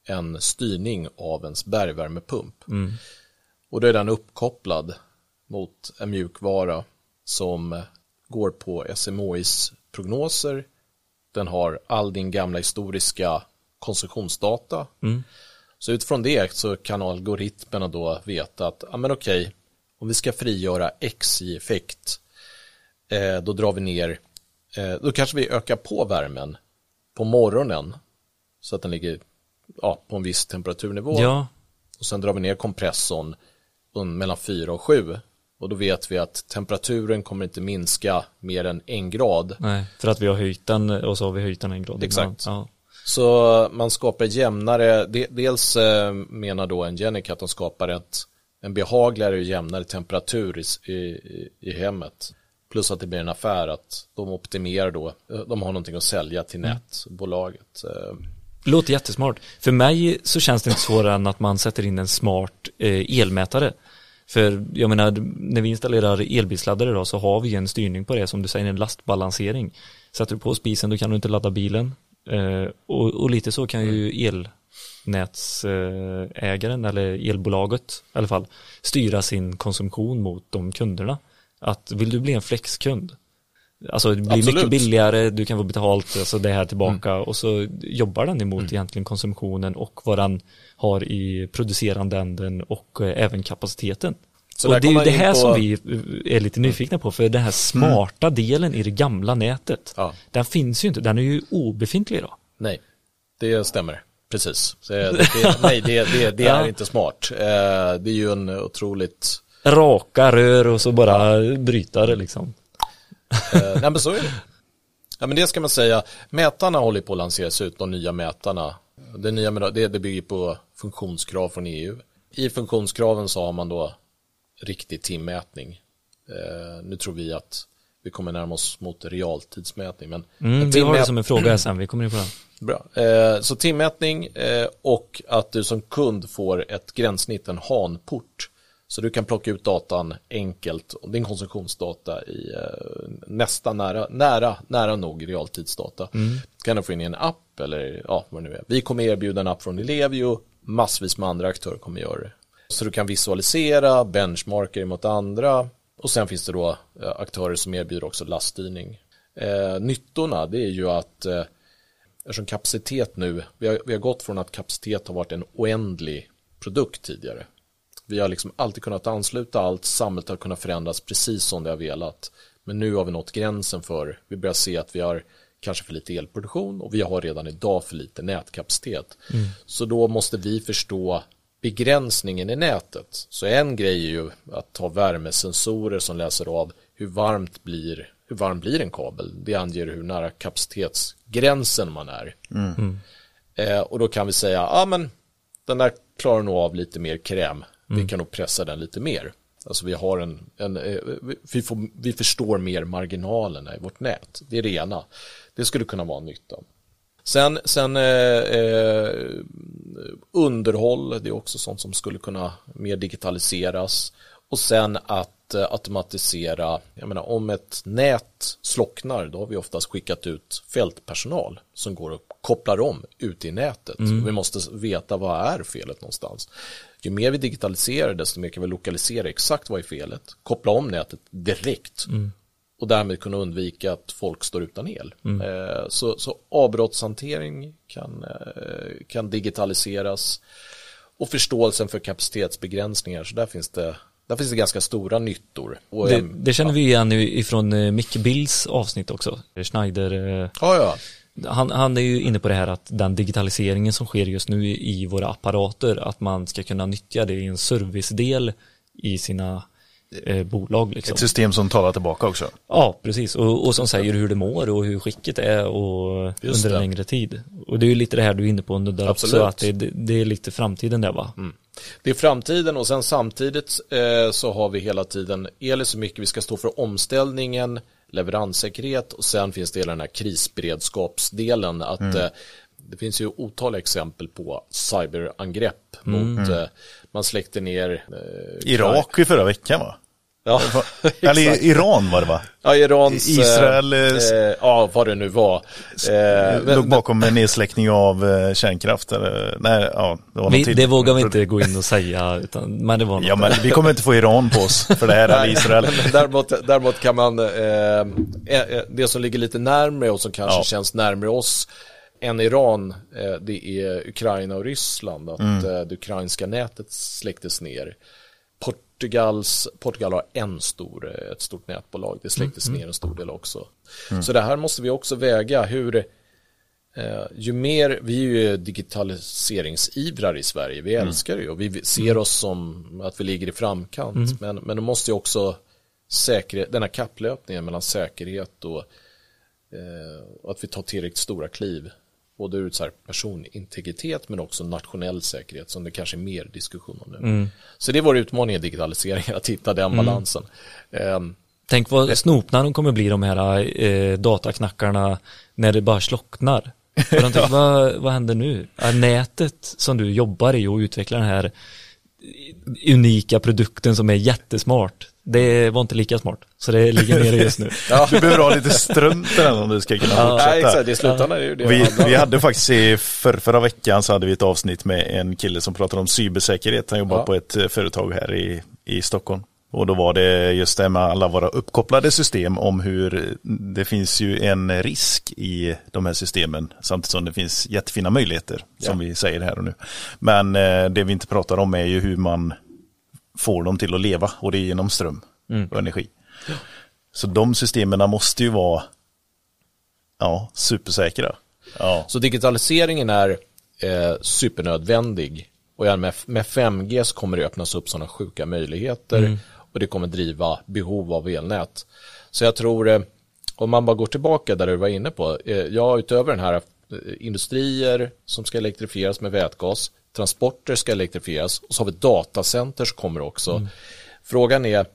en styrning av ens bergvärmepump. Och då är den uppkopplad mot en mjukvara som går på SMHIs prognoser. Den har all din gamla historiska konsumtionsdata. Så utifrån det så kan algoritmerna då veta att men okej, om vi ska frigöra X i effekt, då drar vi ner, då kanske vi ökar på värmen på morgonen så att den ligger på en viss temperaturnivå. Ja. Och sen drar vi ner kompressorn mellan 4 och 7. Och då vet vi att temperaturen kommer inte minska mer än 1 grad. Nej, för att vi har höjt den och så har vi höjt den 1 grad. Exakt. Ja. Så man skapar jämnare, dels menar då Engenic att de skapar en behagligare och jämnare temperatur i hemmet. Plus att det blir en affär att de optimerar då, de har någonting att sälja till nätbolaget. Låter jättesmart. För mig så känns det inte svårare än att man sätter in en smart elmätare. För jag menar, när vi installerar elbilsladdare då, så har vi en styrning på det, som du säger, en lastbalansering. Sätter du på spisen, då kan du inte ladda bilen. Och lite så kan ju elnätsägaren eller elbolaget i alla fall styra sin konsumtion mot de kunderna. Att vill du bli en flexkund, alltså det blir mycket billigare, du kan få betalt, alltså det här tillbaka, och så jobbar den emot egentligen konsumtionen och vad den har i producerande änden och även kapaciteten. Så och det är ju det här som vi är lite nyfikna på, för den här smarta delen i det gamla nätet, den finns ju inte, den är ju obefintlig då. Nej, det stämmer. Precis. Nej, det är inte smart. Det är ju en otroligt raka rör och så bara bryta det liksom. Nej, men så är det. Ja, men det ska man säga. Mätarna håller på att lanseras ut, de nya mätarna. Det bygger på funktionskrav från EU. I funktionskraven så har man då riktig timmätning. Nu tror vi att vi kommer närma oss mot realtidsmätning. Men vi har det som en fråga sen, vi kommer in på den. Bra. Så timmätning och att du som kund får ett gränssnitt, en HAN-port. Så du kan plocka ut datan enkelt och din konsumtionsdata i nästan nära nog realtidsdata. Kan du få in i en app eller vad det nu är. Vi kommer erbjuda en app från Ellevio, massvis med andra aktörer kommer göra det. Så du kan visualisera, benchmarker mot andra, och sen finns det då aktörer som erbjuder också laststyrning. Nyttorna, det är ju att eftersom kapacitet nu, vi har gått från att kapacitet har varit en oändlig produkt tidigare. Vi har liksom alltid kunnat ansluta allt, samhället har kunnat förändras precis som det har velat. Men nu har vi nått gränsen för, vi börjar se att vi har kanske för lite elproduktion och vi har redan idag för lite nätkapacitet. Så då måste vi förstå begränsningen i nätet. Så en grej är ju att ha värmesensorer som läser av hur varm blir en kabel. Det anger hur nära kapacitetsgränsen man är. Och då kan vi säga, men den där klarar nog av lite mer kräm. Vi kan nog pressa den lite mer. Alltså vi har vi förstår mer marginalerna i vårt nät. Det är det ena. Det skulle kunna vara nytta. Sen underhåll, det är också sånt som skulle kunna mer digitaliseras. Och sen att automatisera, jag menar om ett nät slocknar, då har vi oftast skickat ut fältpersonal som går och kopplar om ut i nätet. Vi måste veta vad är felet någonstans. Ju mer vi digitaliserar, desto mer kan vi lokalisera exakt vad är felet, koppla om nätet direkt och därmed kunna undvika att folk står utan el. Så avbrottshantering kan digitaliseras och förståelsen för kapacitetsbegränsningar, så där finns det ganska stora nyttor. Och det känner vi igen ifrån Micke Bills avsnitt också. Schneider. Han är ju inne på det här att den digitaliseringen som sker just nu i våra apparater, att man ska kunna nyttja det i en servicedel i sina bolag. Liksom. Ett system som talar tillbaka också. Ja, precis. Och som säger hur det mår och hur skicket är och under en längre tid. Och det är ju lite det här du är inne på under där också, att det är lite framtiden där, va? Det är framtiden, och sen samtidigt så har vi hela tiden el är så mycket, vi ska stå för omställningen, leveranssäkerhet, och sen finns det hela den här krisberedskapsdelen att det finns ju otaliga exempel på cyberangrepp mot man släckte ner Irak i förra veckan, va? Ja, Eller Iran var det va? Ja, Irans... Israel ja, vad det nu var. låg bakom en nedsläckning av kärnkraft. Eller, nej, ja, det var något till. Det vågar vi inte gå in och säga, men det var något. Ja, men vi kommer inte få Iran på oss för det här är Israel. Däremot kan man, det som ligger lite närmare och som kanske känns närmare oss än Iran, det är Ukraina och Ryssland. Att det ukrainska nätet släcktes ner. Portugal har ett stort nätbolag. Det släcktes ner en stor del också. Så det här måste vi också väga. Ju mer, vi är ju digitaliseringsivrar i Sverige. Vi älskar det och vi ser oss som att vi ligger i framkant. Men det måste ju också denna kapplöpningen mellan säkerhet och att vi tar tillräckligt stora kliv. Både ur så här personintegritet men också nationell säkerhet som det kanske är mer diskussion om nu. Så det är vår utmaning i digitaliseringen, att hitta den balansen. Tänk vad snopna de kommer bli, de här dataknackarna, när det bara slocknar. Och de tänker, vad händer nu? Nätet som du jobbar i och utvecklar den här unika produkten som är jättesmart, det var inte lika smart. Så det ligger nere just nu. Du behöver ha lite ström till den om du ska kunna fortsätta. Nej, exakt, det slutande är ju det. Vi hade faktiskt förra veckan så hade vi ett avsnitt med en kille som pratade om cybersäkerhet. Han jobbar på ett företag här i Stockholm. Och då var det just det med alla våra uppkopplade system om hur det finns ju en risk i de här systemen samtidigt som det finns jättefina möjligheter som vi säger här och nu. Men det vi inte pratar om är ju hur man får dem till att leva, och det är genom ström och energi. Så de systemen måste ju vara supersäkra. Ja. Så digitaliseringen är supernödvändig, och med 5G så kommer det öppnas upp sådana sjuka möjligheter och det kommer driva behov av elnät. Så jag tror, om man bara går tillbaka där du var inne på, utöver den här industrier som ska elektrifieras med vätgas, transporter ska elektrifieras, och så har vi datacenter som kommer också. Frågan är...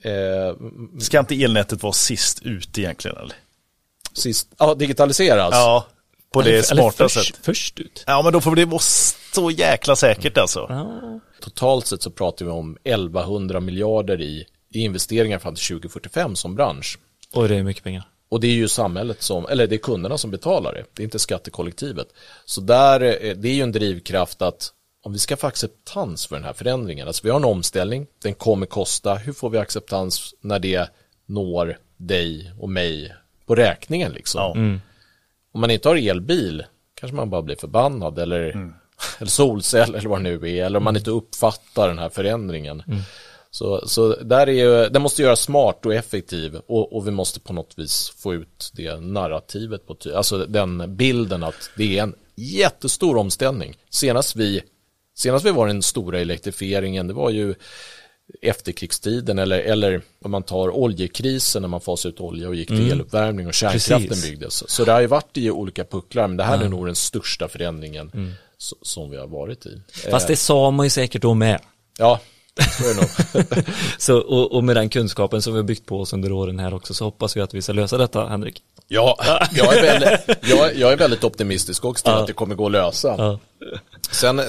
ska inte elnätet vara sist ut egentligen, eller? Digitaliseras? Ja, på det smarta sättet. Först ut. Ja, men då får det vara så jäkla säkert alltså. Totalt sett så pratar vi om 1100 miljarder i investeringar fram till 2045 som bransch. Och det är mycket pengar. Och det är ju samhället det är kunderna som betalar det. Det är inte skattekollektivet. Så där, det är ju en drivkraft att om vi ska få acceptans för den här förändringen. Alltså vi har en omställning, den kommer kosta. Hur får vi acceptans när det når dig och mig på räkningen liksom? Om man inte har elbil kanske man bara blir förbannad eller solcell eller vad det nu är. Eller om man inte uppfattar den här förändringen. Så där är det måste göras smart och effektiv, och vi måste på något vis få ut det narrativet, alltså den bilden att det är en jättestor omställning. Senast vi var den stora elektrifieringen, det var ju efterkrigstiden eller om man tar oljekrisen när man fasade ut olja och gick till eluppvärmning och kärnkraften byggdes. Så det har ju varit i olika pucklar, men det här är nog den största förändringen som vi har varit i. Fast det sa man ju säkert då med. Ja, det är nog. Så, och med den kunskapen som vi har byggt på oss under åren här också, så hoppas vi att vi ska lösa detta, Henrik. Ja, jag är väldigt optimistisk också till att det kommer gå att lösa. Sen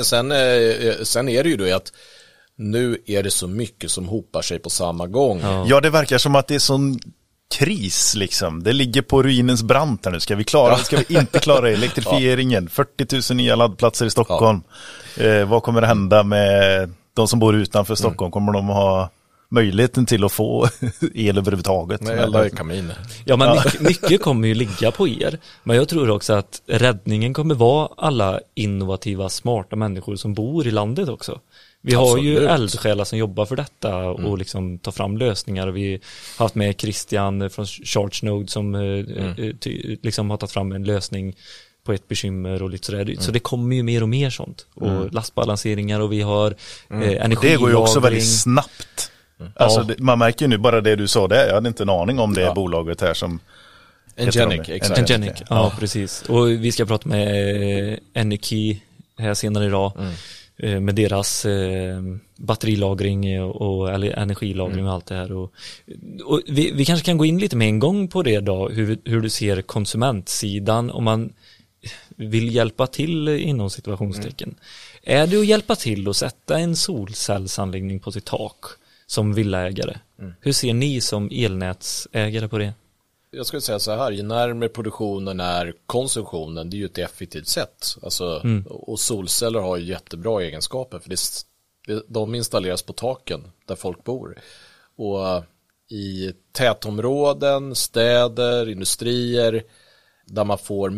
är det ju då att nu är det så mycket som hopar sig på samma gång. Ja, det verkar som att det är sån kris liksom. Det ligger på ruinens brant här nu. Ska vi inte klara elektrifieringen? 40 000 nya laddplatser i Stockholm. Vad kommer att hända med de som bor utanför Stockholm? Kommer de att ha möjligheten till att få el överhuvudtaget? Eller i kaminer. Ja, men mycket kommer ju ligga på er. Men jag tror också att räddningen kommer vara alla innovativa, smarta människor som bor i landet också. Vi har ju eldsjälar som jobbar för detta och liksom tar fram lösningar. Vi har haft med Christian från ChargeNode som liksom har tagit fram en lösning på ett bekymmer och lite sådär. Så det kommer ju mer och mer sånt. Och lastbalanseringar, och vi har energilagring. Det går ju också väldigt snabbt. Alltså, man märker ju nu bara det du sa där. Jag hade inte en aning om det bolaget här som... Engenic, ja precis. Och vi ska prata med Energy här senare idag. Med deras batterilagring och energilagring och allt det här. Och vi kanske kan gå in lite med en gång på det då, hur du ser konsumentsidan om man vill hjälpa till inom situationstecken. Är det att hjälpa till att sätta en solcellsanläggning på sitt tak som villaägare. Hur ser ni som elnätsägare på det? Jag skulle säga så här, ju närmare produktionen är konsumtionen, det är ju ett effektivt sätt. Alltså, och solceller har ju jättebra egenskaper, för de installeras på taken där folk bor. Och i tätområden, städer, industrier, där man får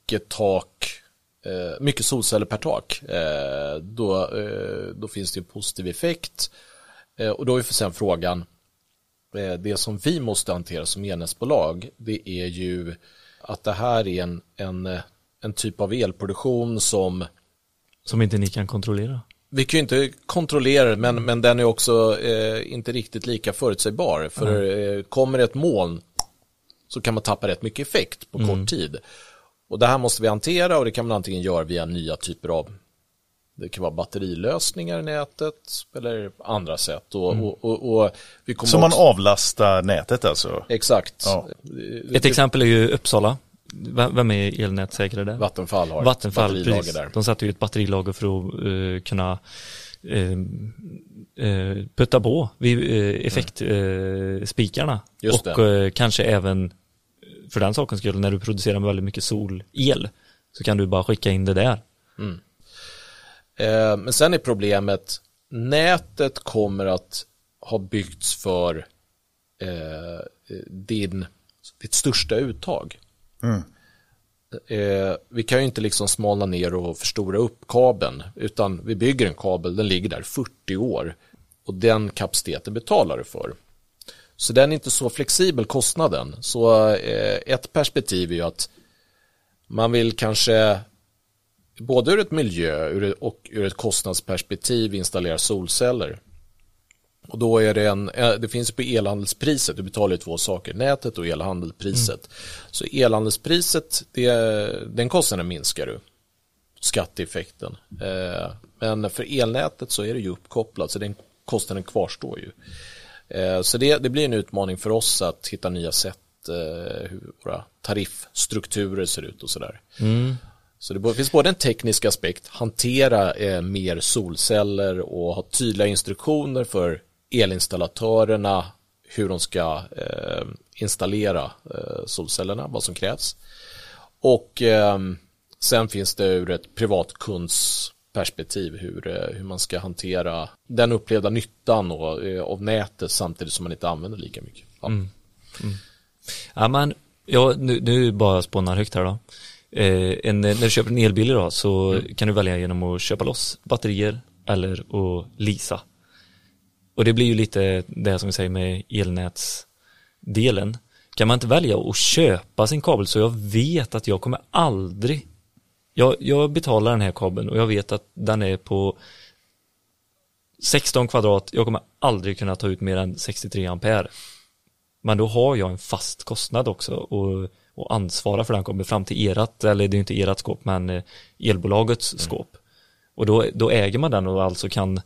mycket solceller per tak, då finns det en positiv effekt. Och då är för sen frågan, det som vi måste hantera som elnätsbolag, det är ju att det här är en typ av elproduktion som inte ni kan kontrollera. Vi kan ju inte kontrollera det, men den är också inte riktigt lika förutsägbar. För kommer det ett moln så kan man tappa rätt mycket effekt på kort tid. Och det här måste vi hantera, och det kan man antingen göra via nya typer av, det kan vara batterilösningar i nätet eller andra sätt. Och vi kommer så man avlastar nätet alltså? Exakt. Ja. Ett exempel är ju Uppsala. Vem är elnätsägare där? Vattenfall har ett batterilager precis. där. De satte ju ett batterilager för att kunna putta på vid effektspikarna. Just och kanske även för den sakens skull, när du producerar med väldigt mycket solel, så kan du bara skicka in det där. Men sen är problemet, nätet kommer att ha byggts för ditt största uttag. Vi kan ju inte liksom smalna ner och förstora upp kabeln, utan vi bygger en kabel, den ligger där 40 år och den kapaciteten betalar du för. Så den är inte så flexibel, kostnaden. Så ett perspektiv är ju att man vill kanske både ur ett miljö och ur ett kostnadsperspektiv installera solceller. Och då är det finns på elhandelspriset, du betalar ju två saker, nätet och elhandelspriset. Så elhandelspriset, den kostnaden minskar du, skatteeffekten. Men för elnätet så är det ju uppkopplat, så den kostnaden kvarstår ju. Så det blir en utmaning för oss att hitta nya sätt hur våra tariffstrukturer ser ut och sådär. Så det finns både en teknisk aspekt, hantera mer solceller och ha tydliga instruktioner för elinstallatörerna hur de ska installera solcellerna, vad som krävs. Och sen finns det ur ett privatkundsperspektiv hur man ska hantera den upplevda nyttan av nätet samtidigt som man inte använder lika mycket. Ja. Ja, men nu bara spånar högt här då. När du köper en elbil idag så kan du välja genom att köpa loss batterier eller att leasa. Och det blir ju lite det som vi säger med elnätsdelen. Kan man inte välja att köpa sin kabel, så jag vet att jag kommer aldrig, jag betalar den här kabeln och jag vet att den är på 16 kvadrat, jag kommer aldrig kunna ta ut mer än 63 ampere. Men då har jag en fast kostnad också och ansvara för den kommer fram till erat, eller det är inte erat skåp, men elbolagets skåp. Och då äger man den, och alltså kan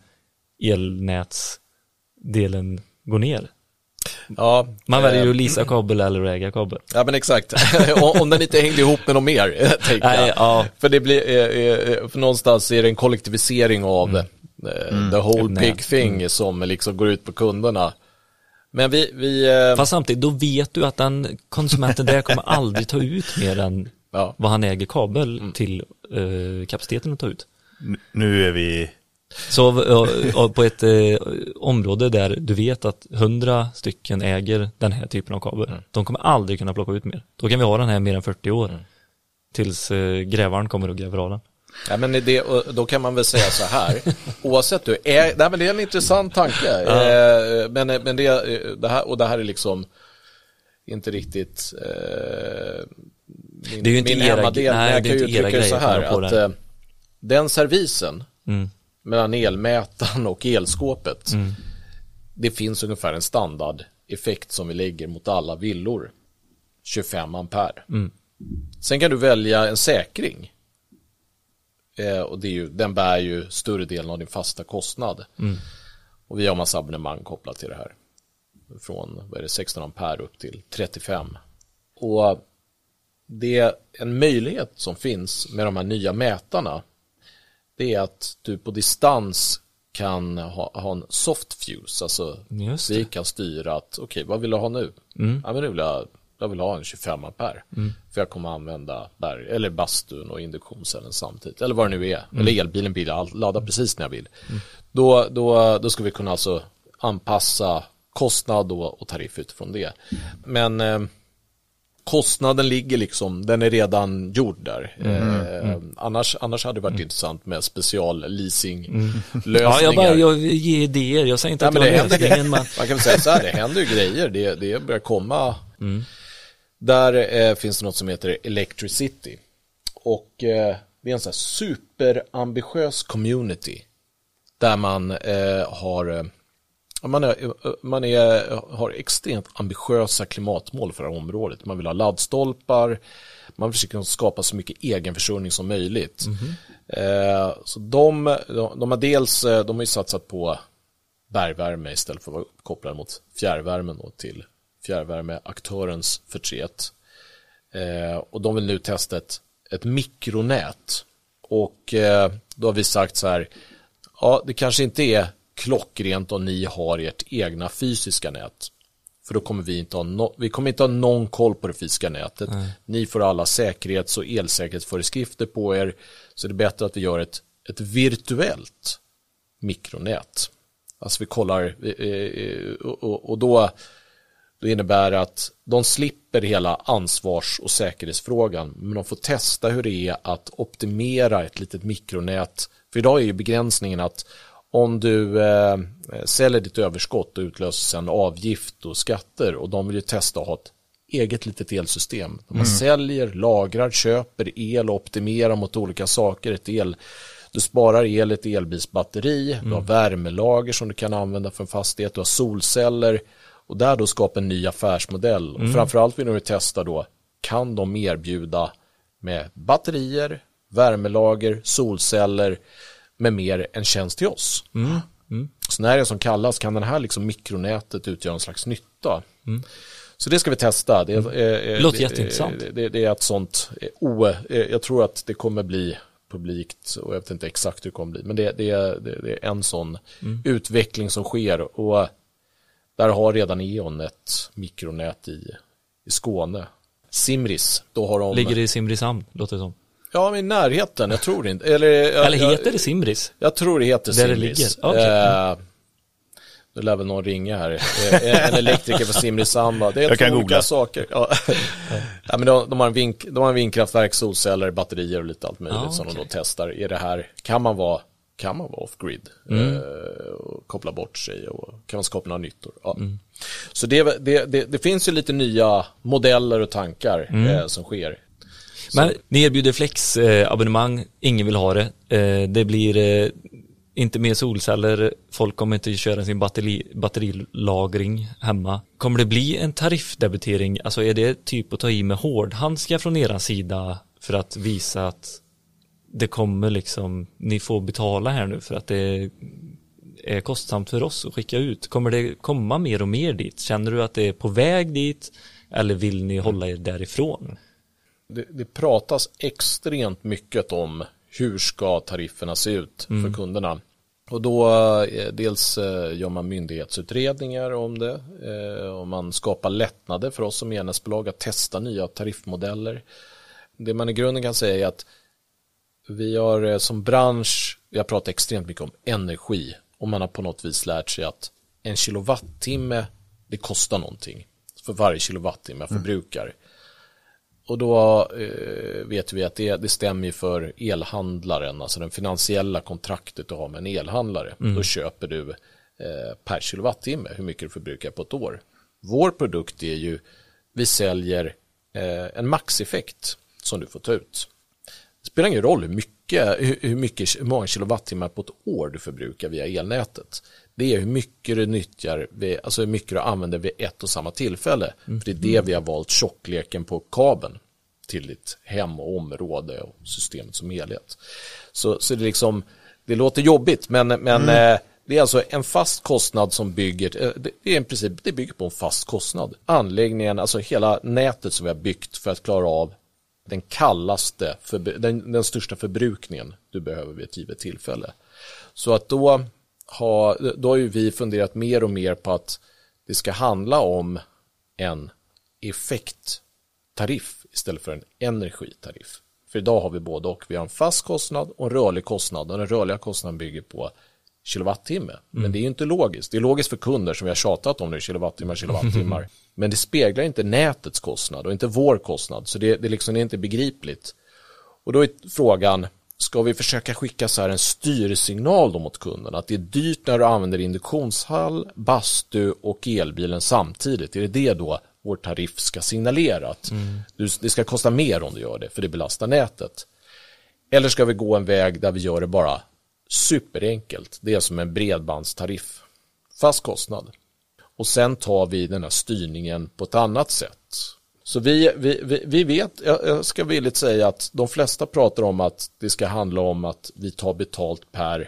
elnätsdelen gå ner. Ja, man väljer ju att leasa kabel eller äga kabel. Ja, men exakt. Om den inte hängde ihop med något mer, tänker jag. Ja. För det blir, för någonstans är det en kollektivisering av the whole big thing som liksom går ut på kunderna. Men fast samtidigt, då vet du att den konsumenten där kommer aldrig ta ut mer än vad han äger kabel till kapaciteten att ta ut. Nu är vi... Så på ett område där du vet att 100 stycken äger den här typen av kabel, de kommer aldrig kunna plocka ut mer. Då kan vi ha den här mer än 40 år tills grävaren kommer och gräver av den. Ja, men då kan man väl säga så här, oavsett du är, nej, men det är en intressant tanke. Men det här är liksom inte riktigt det är ju inte era grejer. Jag kan ju uttrycka så här att den servicen mellan elmätaren och elskåpet, det finns ungefär en standardeffekt som vi lägger mot alla villor, 25 ampere. Sen kan du välja en säkring. Och den bär ju större delen av din fasta kostnad. Och vi har massa abonnemang kopplat till det här. Från 16 ampere upp till 35. Och det är en möjlighet som finns med de här nya mätarna. Det är att du på distans kan ha en soft fuse, alltså Just det. vi kan styra att okej, vad vill du ha nu? Ja, men nu vill jag vill ha en 25 ampere för jag kommer använda eller bastun och induktionscellen samtidigt, eller vad det nu är, eller elbilen vill jag ladda precis när jag vill. Då ska vi kunna alltså anpassa kostnad och tariff utifrån det. Men kostnaden ligger liksom, den är redan gjord där. Annars hade det varit intressant med special leasing lösningar. Jag ger idéer, jag säger inte att jag har lösningen. Man kan väl säga så här, det händer ju grejer, det börjar komma. Där finns det något som heter Electricity. Och det är en sån här superambitiös community där man har extremt ambitiösa klimatmål för det här området. Man vill ha laddstolpar, man försöker skapa så mycket egenförsörjning som möjligt. Så de har ju satsat på bergvärme istället för att vara kopplade mot fjärrvärmen och till fjärrvärmeaktörens förtret. Och de vill nu testa ett mikronät. Och då har vi sagt så här, ja, det kanske inte är klockrent om ni har ert egna fysiska nät. För då kommer vi kommer inte ha någon koll på det fysiska nätet. Ni får alla säkerhets- och elsäkerhetsföreskrifter på er. Så det är bättre att vi gör ett virtuellt mikronät. Alltså vi kollar och då innebär det att de slipper hela ansvars- och säkerhetsfrågan, men de får testa hur det är att optimera ett litet mikronät. För idag är ju begränsningen att om du säljer ditt överskott och utlöser sen avgift och skatter, och de vill ju testa att ha ett eget litet elsystem. Man säljer, lagrar, köper el och optimerar mot olika saker. Du sparar el i ett elbilsbatteri, du har värmelager som du kan använda för en fastighet, du har solceller, och där då skapa en ny affärsmodell. Och framförallt vill du testa då, kan de erbjuda med batterier, värmelager, solceller med mer en tjänst till oss. Så när det som kallas, kan den här liksom mikronätet utgöra en slags nytta. Så det ska vi testa. Det låter jätteintressant. Det är ett sånt jag tror att det kommer bli publikt, och jag vet inte exakt hur det kommer bli, men det är en sån utveckling som sker, och där har redan E.ON ett mikronät i Skåne. Simris, då har de... Ligger det i Simrishamn, låter det som. Ja, men i närheten, jag tror inte. Eller heter det Simris? Jag tror det heter där Simris. Det ligger. Okay. Nu lär väl någon ringa här. En elektriker för Simrishamn. Det är jag kan två olika googla saker. Ja. Ja, men de har en vindkraftverk, solceller, batterier och lite allt möjligt som de då testar. Är det här, kan man vara off-grid och koppla bort sig, och kan man skapa några nyttor. Ja. Så det finns ju lite nya modeller och tankar som sker. Men ni erbjuder flexabonnemang, ingen vill ha det. Det blir inte mer solceller, folk kommer inte köra sin batterilagring hemma. Kommer det bli en tariffdebitering? Alltså är det typ att ta i med hårdhandskar från era sida för att visa att det kommer liksom, ni får betala här nu för att det är kostsamt för oss att skicka ut? Kommer det komma mer och mer dit? Känner du att det är på väg dit, eller vill ni hålla er därifrån? Det pratas extremt mycket om hur ska tarifferna se ut för kunderna. Och då dels gör man myndighetsutredningar om det, och man skapar lättnader för oss som enhetsbolag att testa nya tariffmodeller. Det man i grunden kan säga är att vi har som bransch, vi har pratat extremt mycket om energi, och man har på något vis lärt sig att en kilowattimme, det kostar någonting för varje kilowattimme jag förbrukar. Och då vet vi att det stämmer för elhandlaren, alltså den finansiella kontraktet du har med en elhandlare. Då köper du per kilowattimme hur mycket du förbrukar på ett år. Vår produkt är ju, vi säljer en maxeffekt som du får ta ut. Det spelar ingen roll hur många kilowattimmar på ett år du förbrukar via elnätet. Det är hur mycket du nyttjar, alltså hur mycket du använder vid ett och samma tillfälle. För det är det vi har valt tjockleken på kabeln till ditt hem och område och systemet som helhet. Så det liksom, det låter jobbigt, men det är alltså en fast kostnad som bygger, det är i princip, det bygger på en fast kostnad. Anläggningen, alltså hela nätet som vi har byggt för att klara av den kallaste, den största förbrukningen du behöver vid ett givet tillfälle. Så att då då har ju vi funderat mer och mer på att det ska handla om en effekttariff istället för en energitariff. För idag har vi både och. Vi har en fast kostnad och en rörlig kostnad. Och den rörliga kostnaden bygger på kilowattimme. Men det är ju inte logiskt. Det är logiskt för kunder som vi har tjatat om nu, kilowattimmar. Men det speglar inte nätets kostnad och inte vår kostnad. Så det är inte begripligt. Och då är frågan, ska vi försöka skicka så här en styrsignal då mot kunden? Att det är dyrt när du använder induktionshall, bastu och elbilen samtidigt. Är det då vår tariff ska signalera att det ska kosta mer om du gör det, för det belastar nätet? Eller ska vi gå en väg där vi gör det bara superenkelt? Det är som en bredbandstariff. Fast kostnad. Och sen tar vi den här styrningen på ett annat sätt. Så vi vet, jag ska villigt säga att de flesta pratar om att det ska handla om att vi tar betalt per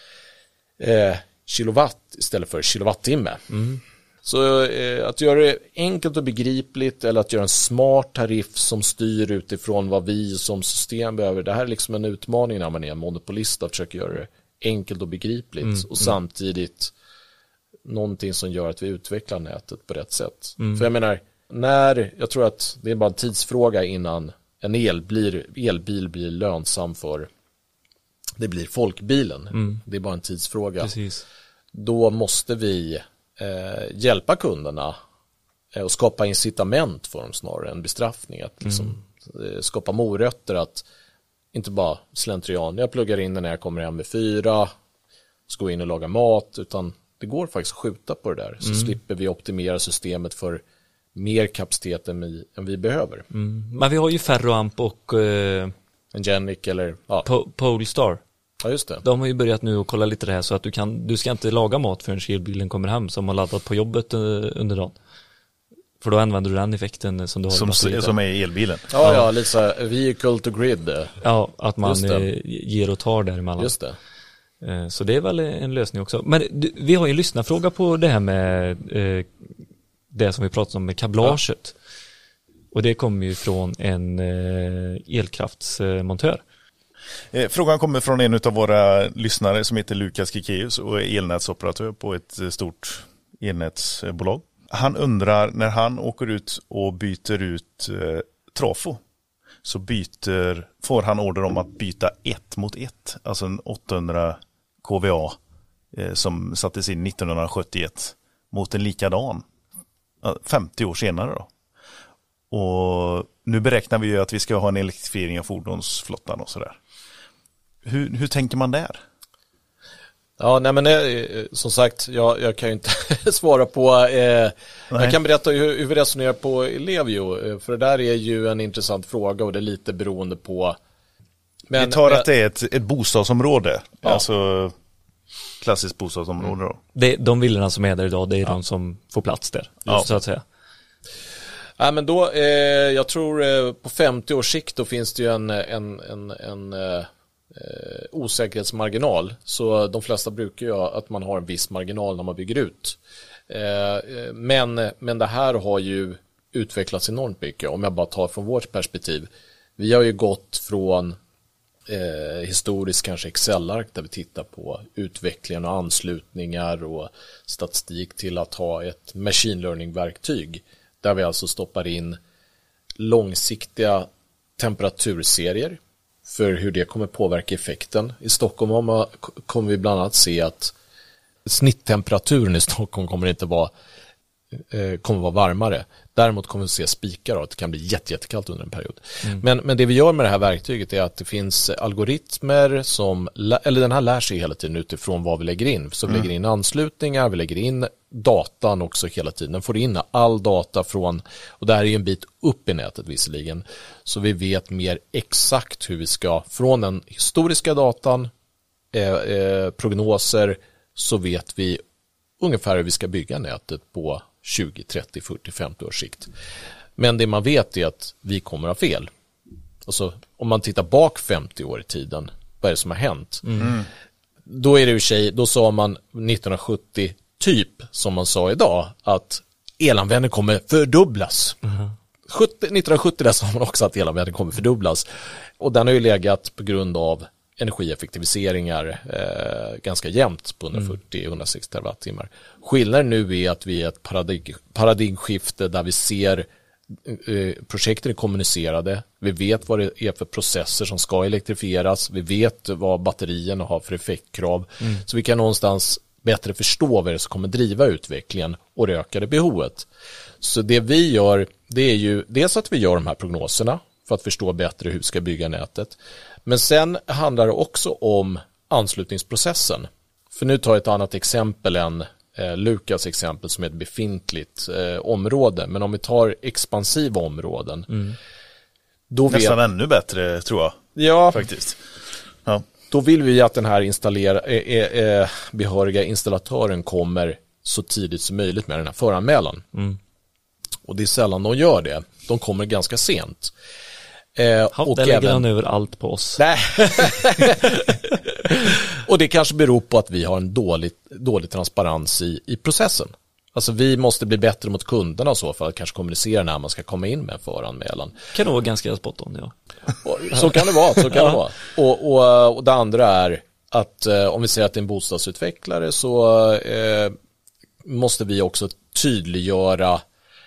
kilowatt istället för kilowattimme. Så att göra det enkelt och begripligt eller att göra en smart tariff som styr utifrån vad vi som system behöver. Det här är liksom en utmaning när man är en monopolist att försöka göra det enkelt och begripligt och samtidigt någonting som gör att vi utvecklar nätet på rätt sätt. För jag menar, jag tror att det är bara en tidsfråga innan en elbil blir lönsam för det blir folkbilen. Det är bara en tidsfråga. Precis. Då måste vi hjälpa kunderna och skapa incitament för dem snarare än bestraffning. Att liksom, skapa morötter att inte bara slentrian. Jag pluggar in den när jag kommer hem med 4, ska gå in och laga mat, utan det går faktiskt att skjuta på det där. Så slipper vi optimera systemet för mer kapacitet än vi behöver. Men vi har ju Ferroamp och en Genic eller Polestar. Ja, just det. De har ju börjat nu att kolla lite det här så att du ska inte laga mat förrän elbilen kommer hem som har laddat på jobbet under dagen. För då använder du den effekten som du har som är elbilen. Ja, lite så här, vehicle to grid. Ja, att man ger och tar däremellan. Just det. Så det är väl en lösning också. Men vi har ju en lyssnarfråga på det här med det som vi pratade om med kablaget. Och det kommer ju från en elkraftsmontör. Frågan kommer från en av våra lyssnare som heter Lukas Kikeus och är elnätsoperatör på ett stort elnätsbolag. Han undrar, när han åker ut och byter ut trafo, så får han order om att byta 1 mot 1, alltså en 800 kVA som sattes in 1971 mot en likadan 50 år senare då. Och nu beräknar vi ju att vi ska ha en elektrifiering av fordonsflottan och sådär. Hur tänker man där? Ja, nej men som sagt, jag kan ju inte svara på. Jag kan berätta hur vi resonerar på Ellevio, för det där är ju en intressant fråga och det är lite beroende på. Men, vi tar att det är ett bostadsområde, alltså klassiskt bostadsområde då. De villorna som är där idag, det är de som får plats där, så att säga. Ja, men då, jag tror på 50 års sikt då finns det ju en osäkerhetsmarginal. Så de flesta brukar ju att man har en viss marginal när man bygger ut. Men det här har ju utvecklats enormt mycket. Om jag bara tar från vårt perspektiv. Vi har ju gått från historiskt kanske Excel-ark där vi tittar på utvecklingen och anslutningar och statistik till att ha ett machine learning-verktyg där vi alltså stoppar in långsiktiga temperaturserier för hur det kommer påverka effekten. I Stockholm kommer vi bland annat se att snitttemperaturen i Stockholm kommer vara varmare. Däremot kommer vi se spikar och att det kan bli jättekallt under en period. Men det vi gör med det här verktyget är att det finns algoritmer eller den här lär sig hela tiden utifrån vad vi lägger in. Så vi lägger in anslutningar, vi lägger in datan också hela tiden. Den får in all data från, och det här är ju en bit upp i nätet visserligen, så vi vet mer exakt hur vi ska, från den historiska datan, prognoser, så vet vi ungefär hur vi ska bygga nätet på 20, 30, 40, 50 års sikt. Men det man vet är att vi kommer att ha fel. Alltså, om man tittar bak 50 år i tiden, vad är det som har hänt? Då är det ju då sa man 1970 typ, som man sa idag, att elanvändningen kommer fördubblas. 1970 där sa man också att elanvändningen kommer fördubblas. Och den har ju legat på grund av energieffektiviseringar ganska jämnt på 140-160 terawattimmar. Skillnaden nu är att vi är ett paradigmskifte där vi ser projekten är kommunicerade, vi vet vad det är för processer som ska elektrifieras, vi vet vad batterierna har för effektkrav, så vi kan någonstans bättre förstå vad det är som kommer driva utvecklingen och det ökade behovet. Så det vi gör, det är ju dels att vi gör de här prognoserna för att förstå bättre hur vi ska bygga nätet, men sen handlar det också om anslutningsprocessen. För nu tar jag ett annat exempel än Lukas exempel som är ett befintligt område. Men om vi tar expansiva områden. Då nästan ännu bättre tror jag. Ja, faktiskt. Ja. Då vill vi att den här behöriga installatören kommer så tidigt som möjligt med den här föranmälan. Och det är sällan de gör det. De kommer ganska sent. Och det lägger han över allt på oss. Nej. Och det kanske beror på att vi har en dålig transparens i processen. Alltså vi måste bli bättre mot kunderna och så för att kanske kommunicera när man ska komma in med en föranmälan. Kan nog vara ganska spot on, ja. Så kan det vara. Och det andra är att om vi säger att det är en bostadsutvecklare så måste vi också tydliggöra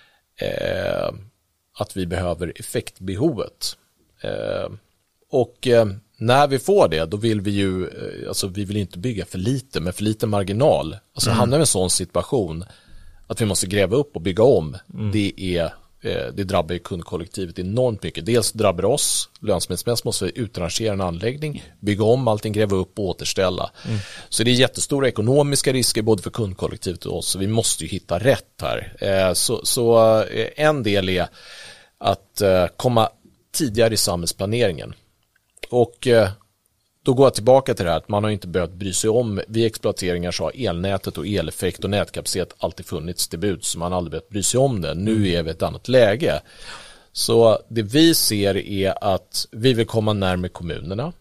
att vi behöver effektbehovet. Och när vi får det, då vill vi ju, alltså vi vill inte bygga för lite, med för lite marginal. Alltså hamnar vi i en sån situation att vi måste gräva upp och bygga om, det drabbar ju kundkollektivet enormt mycket. Dels drabbar oss, lönsamhetsmässigt måste vi utrangera en anläggning, bygga om allting, gräva upp och återställa. Så det är jättestora ekonomiska risker både för kundkollektivet och oss, så vi måste ju hitta rätt här. Så en del är att komma tidigare i samhällsplaneringen. Och då går jag tillbaka till det här att man har inte behövt bry sig om, vid exploateringar så har elnätet och eleffekt och nätkapacitet alltid funnits till bud, så man har aldrig behövt bry sig om det. Nu är vi i ett annat läge. Så det vi ser är att vi vill komma närmare kommunerna,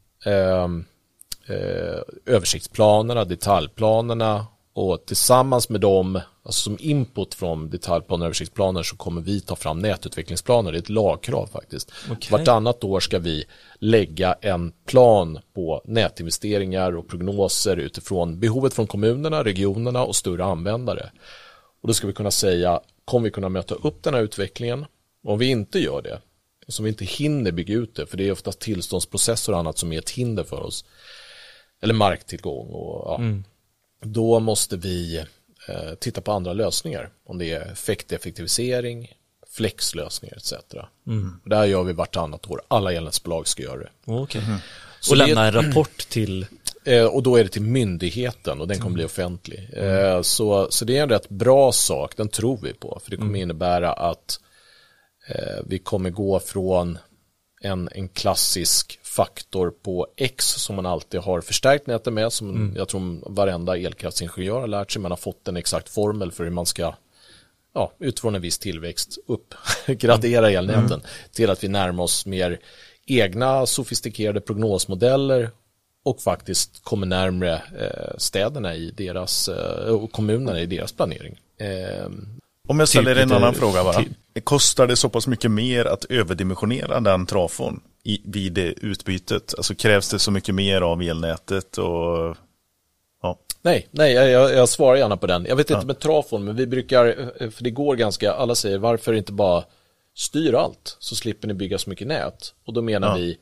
översiktsplanerna, detaljplanerna, och tillsammans med dem, alltså som input från detaljplaner och översiktsplaner, så kommer vi ta fram nätutvecklingsplaner. Det är ett lagkrav faktiskt. Okay. Vartannat år ska vi lägga en plan på nätinvesteringar och prognoser utifrån behovet från kommunerna, regionerna och större användare. Och då ska vi kunna säga, kommer vi kunna möta upp den här utvecklingen? Om vi inte gör det, som vi inte hinner bygga ut det, för det är oftast tillståndsprocesser och annat som är ett hinder för oss, eller marktillgång och då måste vi titta på andra lösningar. Om det är effekteffektivisering, flexlösningar etc. Och där gör vi vartannat år. Alla elnätsbolag ska göra det. Okay. Och lämna en rapport till... Och då är det till myndigheten och den kommer bli offentlig. Så det är en rätt bra sak, den tror vi på. För det kommer innebära att vi kommer gå från en klassisk faktor på X som man alltid har förstärkt nätet med, som jag tror varenda elkraftsingenjör har lärt sig. Man har fått en exakt formel för hur man ska utifrån en viss tillväxt uppgradera elnäten till att vi närmar oss mer egna sofistikerade prognosmodeller och faktiskt kommer närmare städerna i deras och kommunerna i deras planering. Om jag ställer en annan fråga bara. Kostar det så pass mycket mer att överdimensionera den trafon vid det utbytet? Alltså krävs det så mycket mer av elnätet? Och, ja. Nej, jag svarar gärna på den. Jag vet inte med trafon, men vi brukar, för det går ganska, alla säger varför inte bara styr allt så slipper ni bygga så mycket nät. Och då menar vi,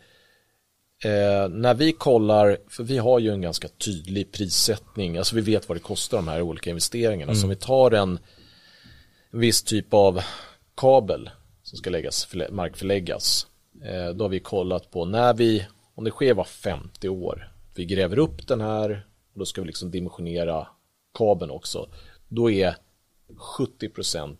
när vi kollar, för vi har ju en ganska tydlig prissättning, alltså vi vet vad det kostar de här olika investeringarna. Så om vi tar en viss typ av kabel som ska markförläggas, då har vi kollat på om det sker var 50 år, vi gräver upp den här och då ska vi liksom dimensionera kabeln också, då är 70%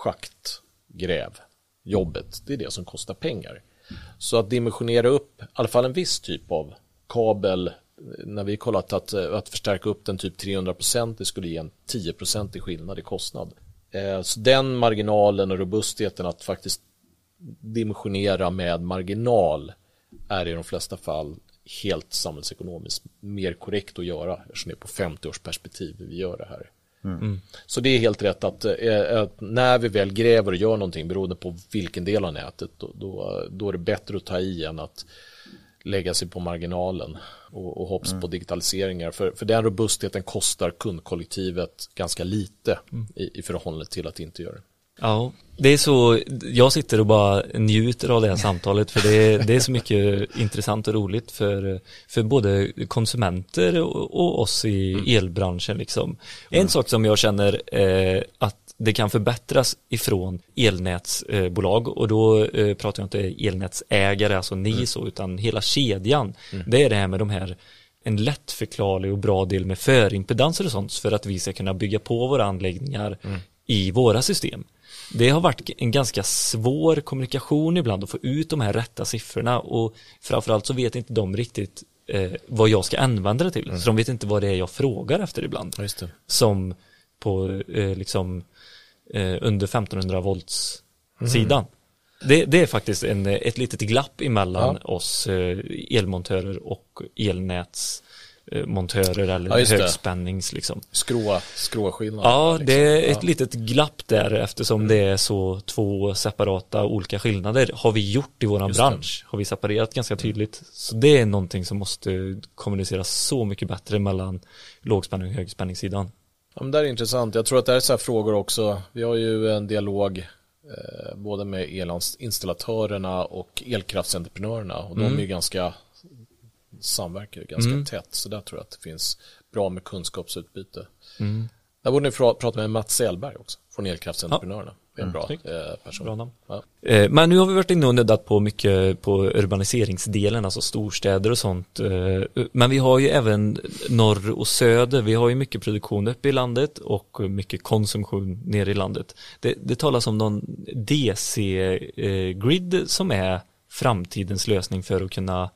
schaktgrävjobbet, det är det som kostar pengar. Så att dimensionera upp i alla fall en viss typ av kabel, när vi kollat att förstärka upp den typ 300%, det skulle ge en 10% i skillnad i kostnad. Så den marginalen och robustheten att faktiskt dimensionera med marginal är i de flesta fall helt samhällsekonomiskt mer korrekt att göra, eftersom det är på 50 års perspektiv vi gör det här. Så det är helt rätt att när vi väl gräver och gör någonting beroende på vilken del av nätet, då är det bättre att ta i än att lägga sig på marginalen och hoppas på digitaliseringar. För den robustheten kostar kundkollektivet ganska lite i förhållande till att inte göra det. Ja, det är så, jag sitter och bara njuter av det här samtalet för det är så mycket intressant och roligt för både konsumenter och oss i elbranschen liksom. En sak som jag känner att det kan förbättras ifrån elnätsbolag och då pratar jag inte elnätsägare, alltså ni så, utan hela kedjan. Det är det här med de här en lättförklarlig och bra del med förimpedanser och sånt för att vi ska kunna bygga på våra anläggningar i våra system. Det har varit en ganska svår kommunikation ibland att få ut de här rätta siffrorna och framförallt så vet inte de riktigt vad jag ska använda det till. Så de vet inte vad det är jag frågar efter ibland. Just det. Som på under 1500 volts sidan. Det är faktiskt ett litet glapp emellan oss elmontörer och elnätsmontörer eller högspännings liksom. Skråskillnad. Ja, liksom. det är ett litet glapp där eftersom det är så två separata olika skillnader har vi gjort i våran bransch. Har vi separerat ganska tydligt. Så det är någonting som måste kommuniceras så mycket bättre mellan lågspänning och högspänningssidan. Ja, men det är intressant. Jag tror att det är så här frågor också. Vi har ju en dialog både med elinstallatörerna och elkraftsentreprenörerna och de är ju samverkar ganska tätt, så där tror jag att det finns bra med kunskapsutbyte. Där borde ni prata med Mats Selberg också från elkraftsentreprenörerna. Det är en bra person. Bra namn. Ja. Men nu har vi varit inne och nuddat på mycket på urbaniseringsdelen, alltså storstäder och sånt. Men vi har ju även norr och söder. Vi har ju mycket produktion uppe i landet och mycket konsumtion ner i landet. Det talas om någon DC-grid som är framtidens lösning för att kunna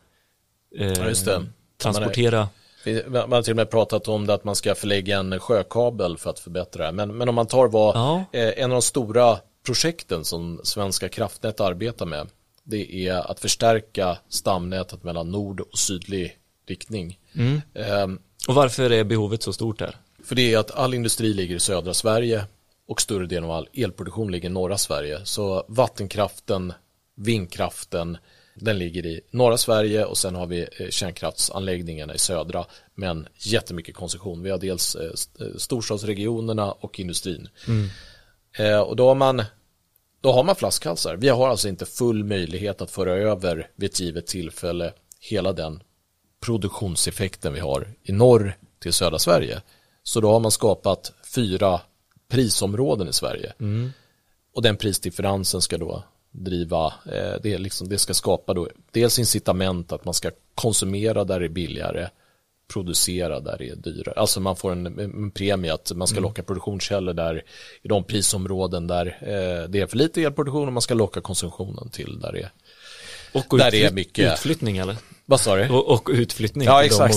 transportera. Man har till och med pratat om det att man ska förlägga en sjökabel för att förbättra det. Men om man tar en av de stora projekten som Svenska kraftnät arbetar med, det är att förstärka stamnätet mellan nord och sydlig riktning. Och varför är behovet så stort där? För det är att all industri ligger i södra Sverige och större delen av all elproduktion ligger i norra Sverige. Så vattenkraften, vindkraften, den ligger i norra Sverige och sen har vi kärnkraftsanläggningarna i södra, men jättemycket konsumtion. Vi har dels storstadsregionerna och industrin. Och då har man flaskhalsar. Vi har alltså inte full möjlighet att föra över vid ett givet tillfälle hela den produktionseffekten vi har i norr till södra Sverige. Så då har man skapat 4 prisområden i Sverige. Och den prisdifferensen ska då driva, det ska skapa då dels incitament att man ska konsumera där det är billigare, producera där det är dyrare. Alltså man får en premie att man ska locka produktionskällor där i de prisområden där det är för lite elproduktion och man ska locka konsumtionen till där det är. Och där det är mycket utflyttning eller? Vad sa du? Och utflyttning. Ja, exakt.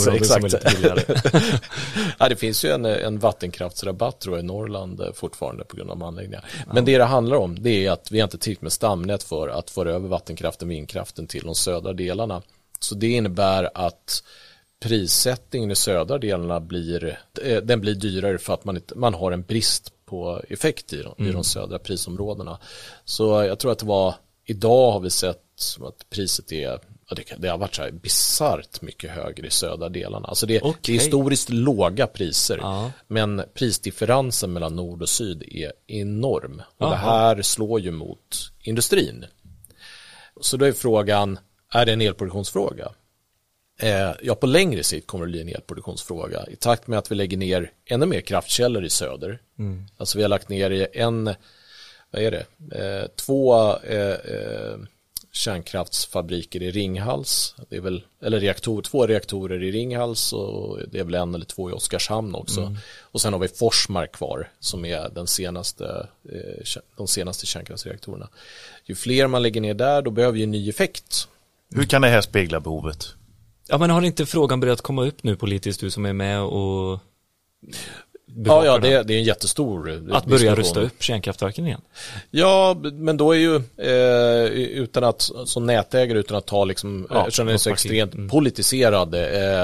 Ja, det finns ju en vattenkraftsrabatt tror jag i Norrland fortfarande på grund av anläggningar. Men det handlar om det är att vi inte tillräckligt med stamnät för att föra över vattenkraften, vindkraften till de södra delarna. Så det innebär att prissättningen i södra delarna blir dyrare för att man har en brist på effekt i de södra prisområdena. Så jag tror att idag har vi sett att priset det har varit så här bisarrt mycket högre i södra delarna. Alltså det är historiskt låga priser, men prisdifferensen mellan nord och syd är enorm. Och det här slår ju mot industrin. Så då är frågan, är det en elproduktionsfråga? Ja, på längre sikt kommer det bli en elproduktionsfråga. I takt med att vi lägger ner ännu mer kraftkällor i söder. Alltså vi har lagt ner 2 kärnkraftsfabriker i Ringhals. Det är väl, eller 2 reaktorer i Ringhals och det är väl 1 eller 2 i Oskarshamn också. Och sen har vi Forsmark kvar som är de senaste kärnkraftsreaktorerna. Ju fler man lägger ner där, då behöver ju ny effekt. Hur kan det här spegla behovet? Ja, men har inte frågan börjat komma upp nu politiskt, du som är med och Ja, det är en jättestor att börja rusta upp kärnkraftverken igen. Ja, men då är ju utan att som nätägare utan att ta liksom eftersom den är så extremt politiserad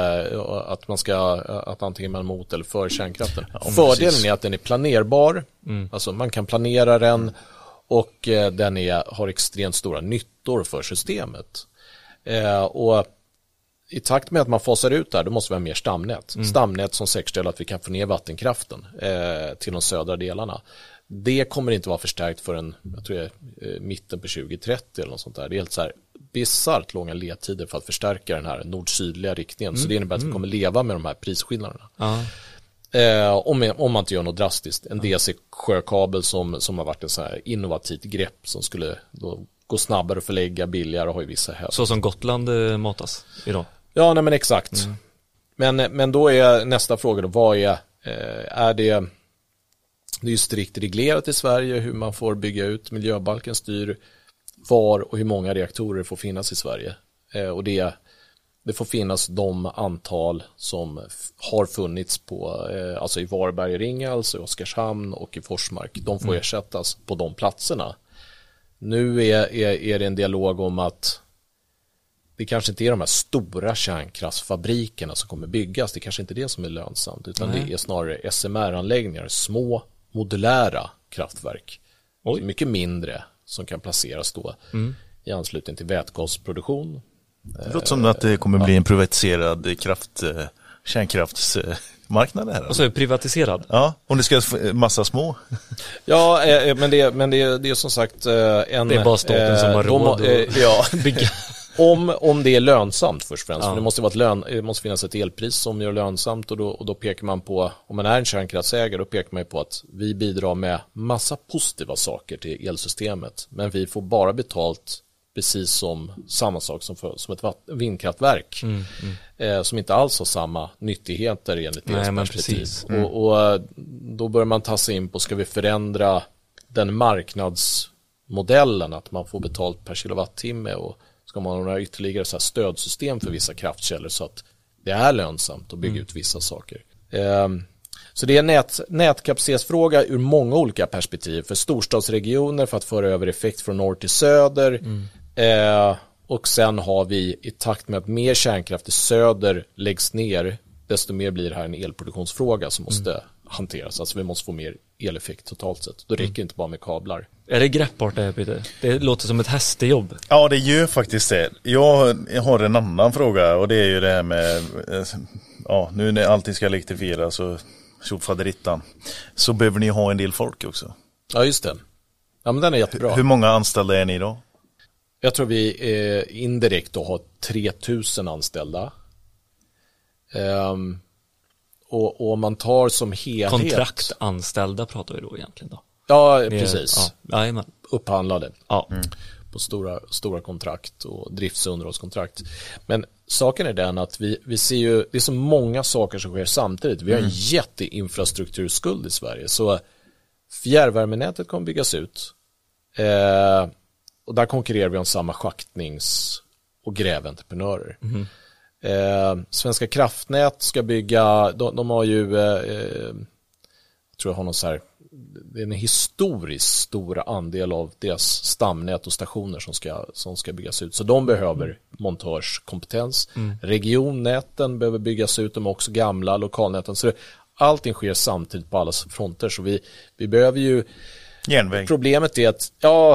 att antingen man är emot eller för kärnkraften. Fördelen är att den är planerbar. Alltså man kan planera den och den har extremt stora nyttor för systemet. Och i takt med att man fasar ut där, då måste vi ha mer stamnät. Stamnät som säkerställer att vi kan få ner vattenkraften till de södra delarna. Det kommer inte vara förstärkt förrän, jag tror det är mitten på 2030 eller något sånt där. Det är helt så här bisarrt långa ledtider för att förstärka den här nord-sydliga riktningen. Så det innebär att vi kommer leva med de här prisskillnaderna. Om man inte gör något drastiskt. En DC-sjökabel som har varit en så här innovativt grepp som skulle då gå snabbare att förlägga, billigare och ha i vissa här. Så som Gotland matas idag? Ja, nej men exakt. Men då är nästa fråga då, vad är det är ju strikt reglerat i Sverige hur man får bygga ut. Miljöbalken styr var och hur många reaktorer får finnas i Sverige. Och det får finnas de antal som har funnits på, alltså i Varberg, Ringhals, i Oskarshamn och i Forsmark. De får ersättas på de platserna. Nu är det en dialog om att det kanske inte är de här stora kärnkraftsfabrikerna som kommer byggas. Det kanske inte är det som är lönsamt, utan det är snarare SMR-anläggningar, små modulära kraftverk. Mycket mindre som kan placeras då i anslutning till vätgasproduktion. Det låter som att det kommer bli en privatiserad kärnkraftsmarknad här. Och så är privatiserad? Ja, om det ska massa små. Ja, men det är som sagt det är bara staten som har råd att bygga. Om det är lönsamt först och främst. Ja. Det måste finnas ett elpris som gör lönsamt och då pekar man på, om man är en kärnkraftsägare, då pekar man på att vi bidrar med massa positiva saker till elsystemet, men vi får bara betalt precis som samma sak som ett vindkraftverk som inte alls har samma nyttigheter enligt deras perspektiv. Och då börjar man ta sig in på, ska vi förändra den marknadsmodellen att man får betalt per kilowattimme, och ska man ha några ytterligare så här stödsystem för vissa kraftkällor så att det är lönsamt att bygga ut vissa saker. Så det är en nätkapacitetsfråga ur många olika perspektiv. För storstadsregioner, för att föra över effekt från norr till söder. Och sen har vi, i takt med att mer kärnkraft i söder läggs ner, desto mer blir det här en elproduktionsfråga som måste hanteras. Alltså vi måste få mer eleffekt totalt sett. Då räcker det inte bara med kablar. Är det greppbart det här, Peter? Det låter som ett hästejobb. Ja, det gör faktiskt det. Jag har en annan fråga, och det är ju det här med nu när allting ska elektrifieras och tjofaderittan, så behöver ni ha en del folk också. Ja, just det. Ja, men den är jättebra. Hur många anställda är ni då? Jag tror vi indirekt då har 3000 anställda. Och om man tar som helhet... Kontraktanställda pratar vi då egentligen då? Ja, precis. Ja, upphandlade. Ja. På stora kontrakt och drifts- och underhållskontrakt. Men saken är den att vi ser ju, det är så många saker som sker samtidigt. Vi har en jätteinfrastrukturskuld i Sverige. Så fjärrvärmenätet kommer byggas ut. Och där konkurrerar vi om samma schaktnings- och gräventreprenörer. Svenska kraftnät ska bygga, de har ju jag tror jag har någon så här, det är en historiskt stor andel av deras stamnät och stationer som ska byggas ut. Så de behöver montörskompetens. Regionnäten behöver byggas ut, de är också gamla, lokalnäten. Så allting sker samtidigt på alla fronter. Så vi behöver ju järnväg. Problemet är att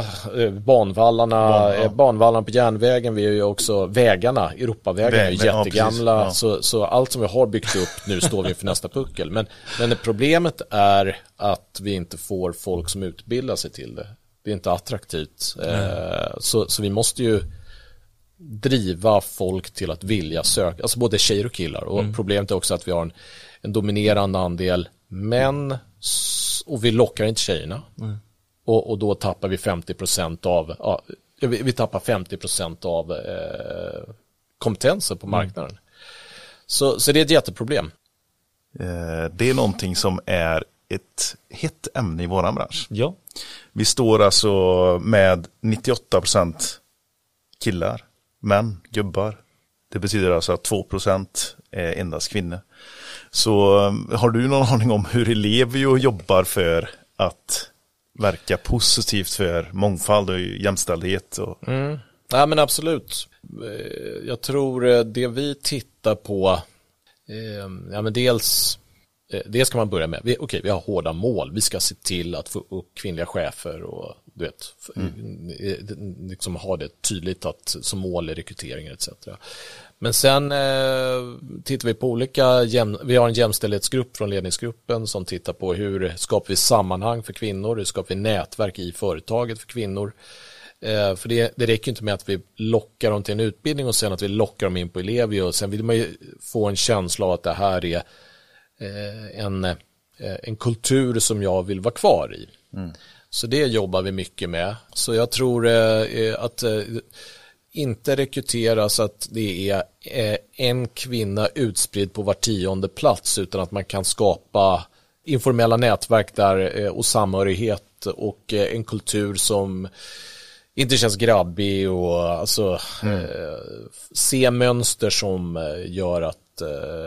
banvallarna på järnvägen, vi är ju också vägarna, Europavägarna är jättegamla, så allt som vi har byggt upp nu står vi för nästa puckel. Men problemet är att vi inte får folk som utbildar sig till det. Det är inte attraktivt. Så vi måste ju driva folk till att vilja söka, alltså både tjejer och killar. Och problemet är också att vi har en dominerande andel män, och vi lockar inte tjejerna. Och då tappar vi 50% av vi tappar 50% av kompetenser på marknaden. Så det är ett jätteproblem. Det är någonting som är ett hett ämne i våran bransch. Ja. Vi står alltså med 98% killar, män, gubbar. Det betyder alltså att 2% är endast kvinnor. Så har du någon aning om hur Ellevio jobbar för att verka positivt för mångfald och jämställdhet? Ja, men absolut. Jag tror det vi tittar på, men dels ska man börja med, vi har hårda mål. Vi ska se till att få upp kvinnliga chefer och du vet, liksom ha det tydligt att som mål i rekryteringen etc. Men sen tittar vi på vi har en jämställdhetsgrupp från ledningsgruppen som tittar på hur skapar vi sammanhang för kvinnor, hur skapar vi nätverk i företaget för kvinnor. För det räcker inte med att vi lockar dem till en utbildning och sen att vi lockar dem in på Ellevio, och sen vill man ju få en känsla av att det här är en kultur som jag vill vara kvar i. Så det jobbar vi mycket med. Så jag tror att inte rekrytera så att det är en kvinna utspridd på var 10:e plats, utan att man kan skapa informella nätverk där och samhörighet och en kultur som inte känns grabbig och alltså se mönster som gör att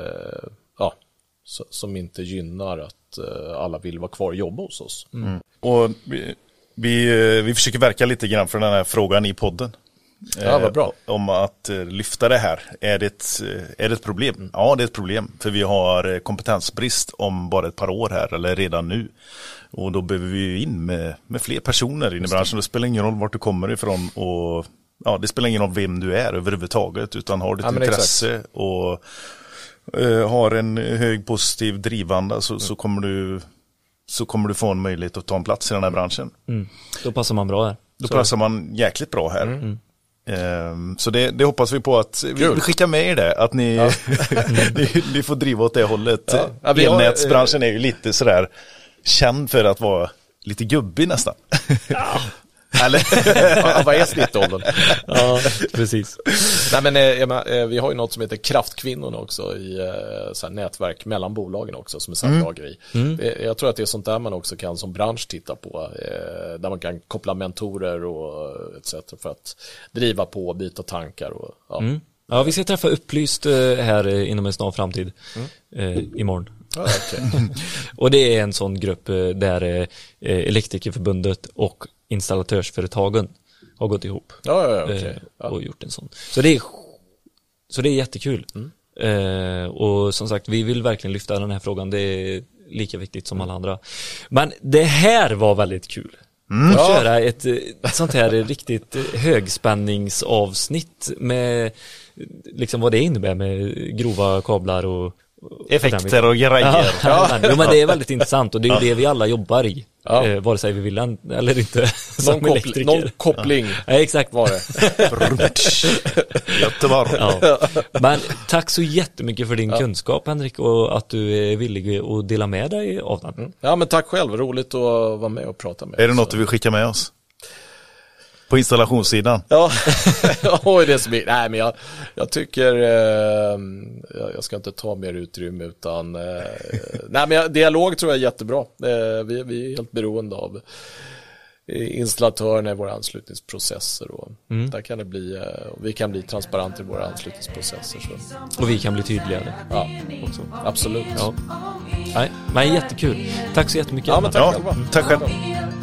som inte gynnar att alla vill vara kvar och jobba hos oss. Och vi försöker verka lite grann för den här frågan i podden. Ja, vad bra. Om att lyfta det här. Är det ett problem? Ja, det är ett problem. För vi har kompetensbrist om bara ett par år här, eller redan nu. Och då behöver vi in med fler personer in i branschen. Det spelar ingen roll vart du kommer ifrån, och det spelar ingen roll vem du är överhuvudtaget, utan har du ett intresse och har en hög positiv drivanda så kommer du få en möjlighet att ta en plats i den här branschen. Då passar man bra här. Då passar man jäkligt bra här. Så det hoppas vi på att vi skickar med er det, att ni, ni får driva åt det hållet. Elnätsbranschen är ju lite sådär känd för att vara lite gubbig nästan. Ja. Eller vad är snittåldern? Ja, precis. Nej, men vi har ju något som heter Kraftkvinnorna också i så här nätverk mellan bolagen också, som är samma bra grej. Jag tror att det är sånt där man också kan som bransch titta på, där man kan koppla mentorer och etc. för att driva på och byta tankar och Ja, vi ska träffa Upplyst här inom en snar framtid imorgon. Okay. Och det är en sån grupp där Elektrikerförbundet och installatörsföretagen har gått ihop och gjort en sån. Så det är jättekul. Och som sagt, vi vill verkligen lyfta den här frågan. Det är lika viktigt som alla andra. Men det här var väldigt kul. Att köra ett sånt här riktigt högspänningsavsnitt med liksom vad det innebär med grova kablar och effekter och grejer. Men det är väldigt intressant, och det är det vi alla jobbar i. Vare sig vi vill eller inte. Någon koppling. Ja, exakt var det. Men tack så jättemycket för din kunskap, Henrik, och att du är villig att dela med dig av den. Ja, men tack själv. Roligt att vara med och prata med. Är det något du vill skicka med oss? På installationssidan. Ja, det som är, nej, men jag tycker jag ska inte ta mer utrymme, utan nej, men dialog tror jag är jättebra. Vi är helt beroende av installatörerna i våra anslutningsprocesser, och där kan det bli, vi kan bli transparenta i våra anslutningsprocesser så. Och vi kan bli tydligare. Ja, också. Absolut. Ja. Nej, men jättekul. Tack så jättemycket. Ja, men tack själva. Tack själv.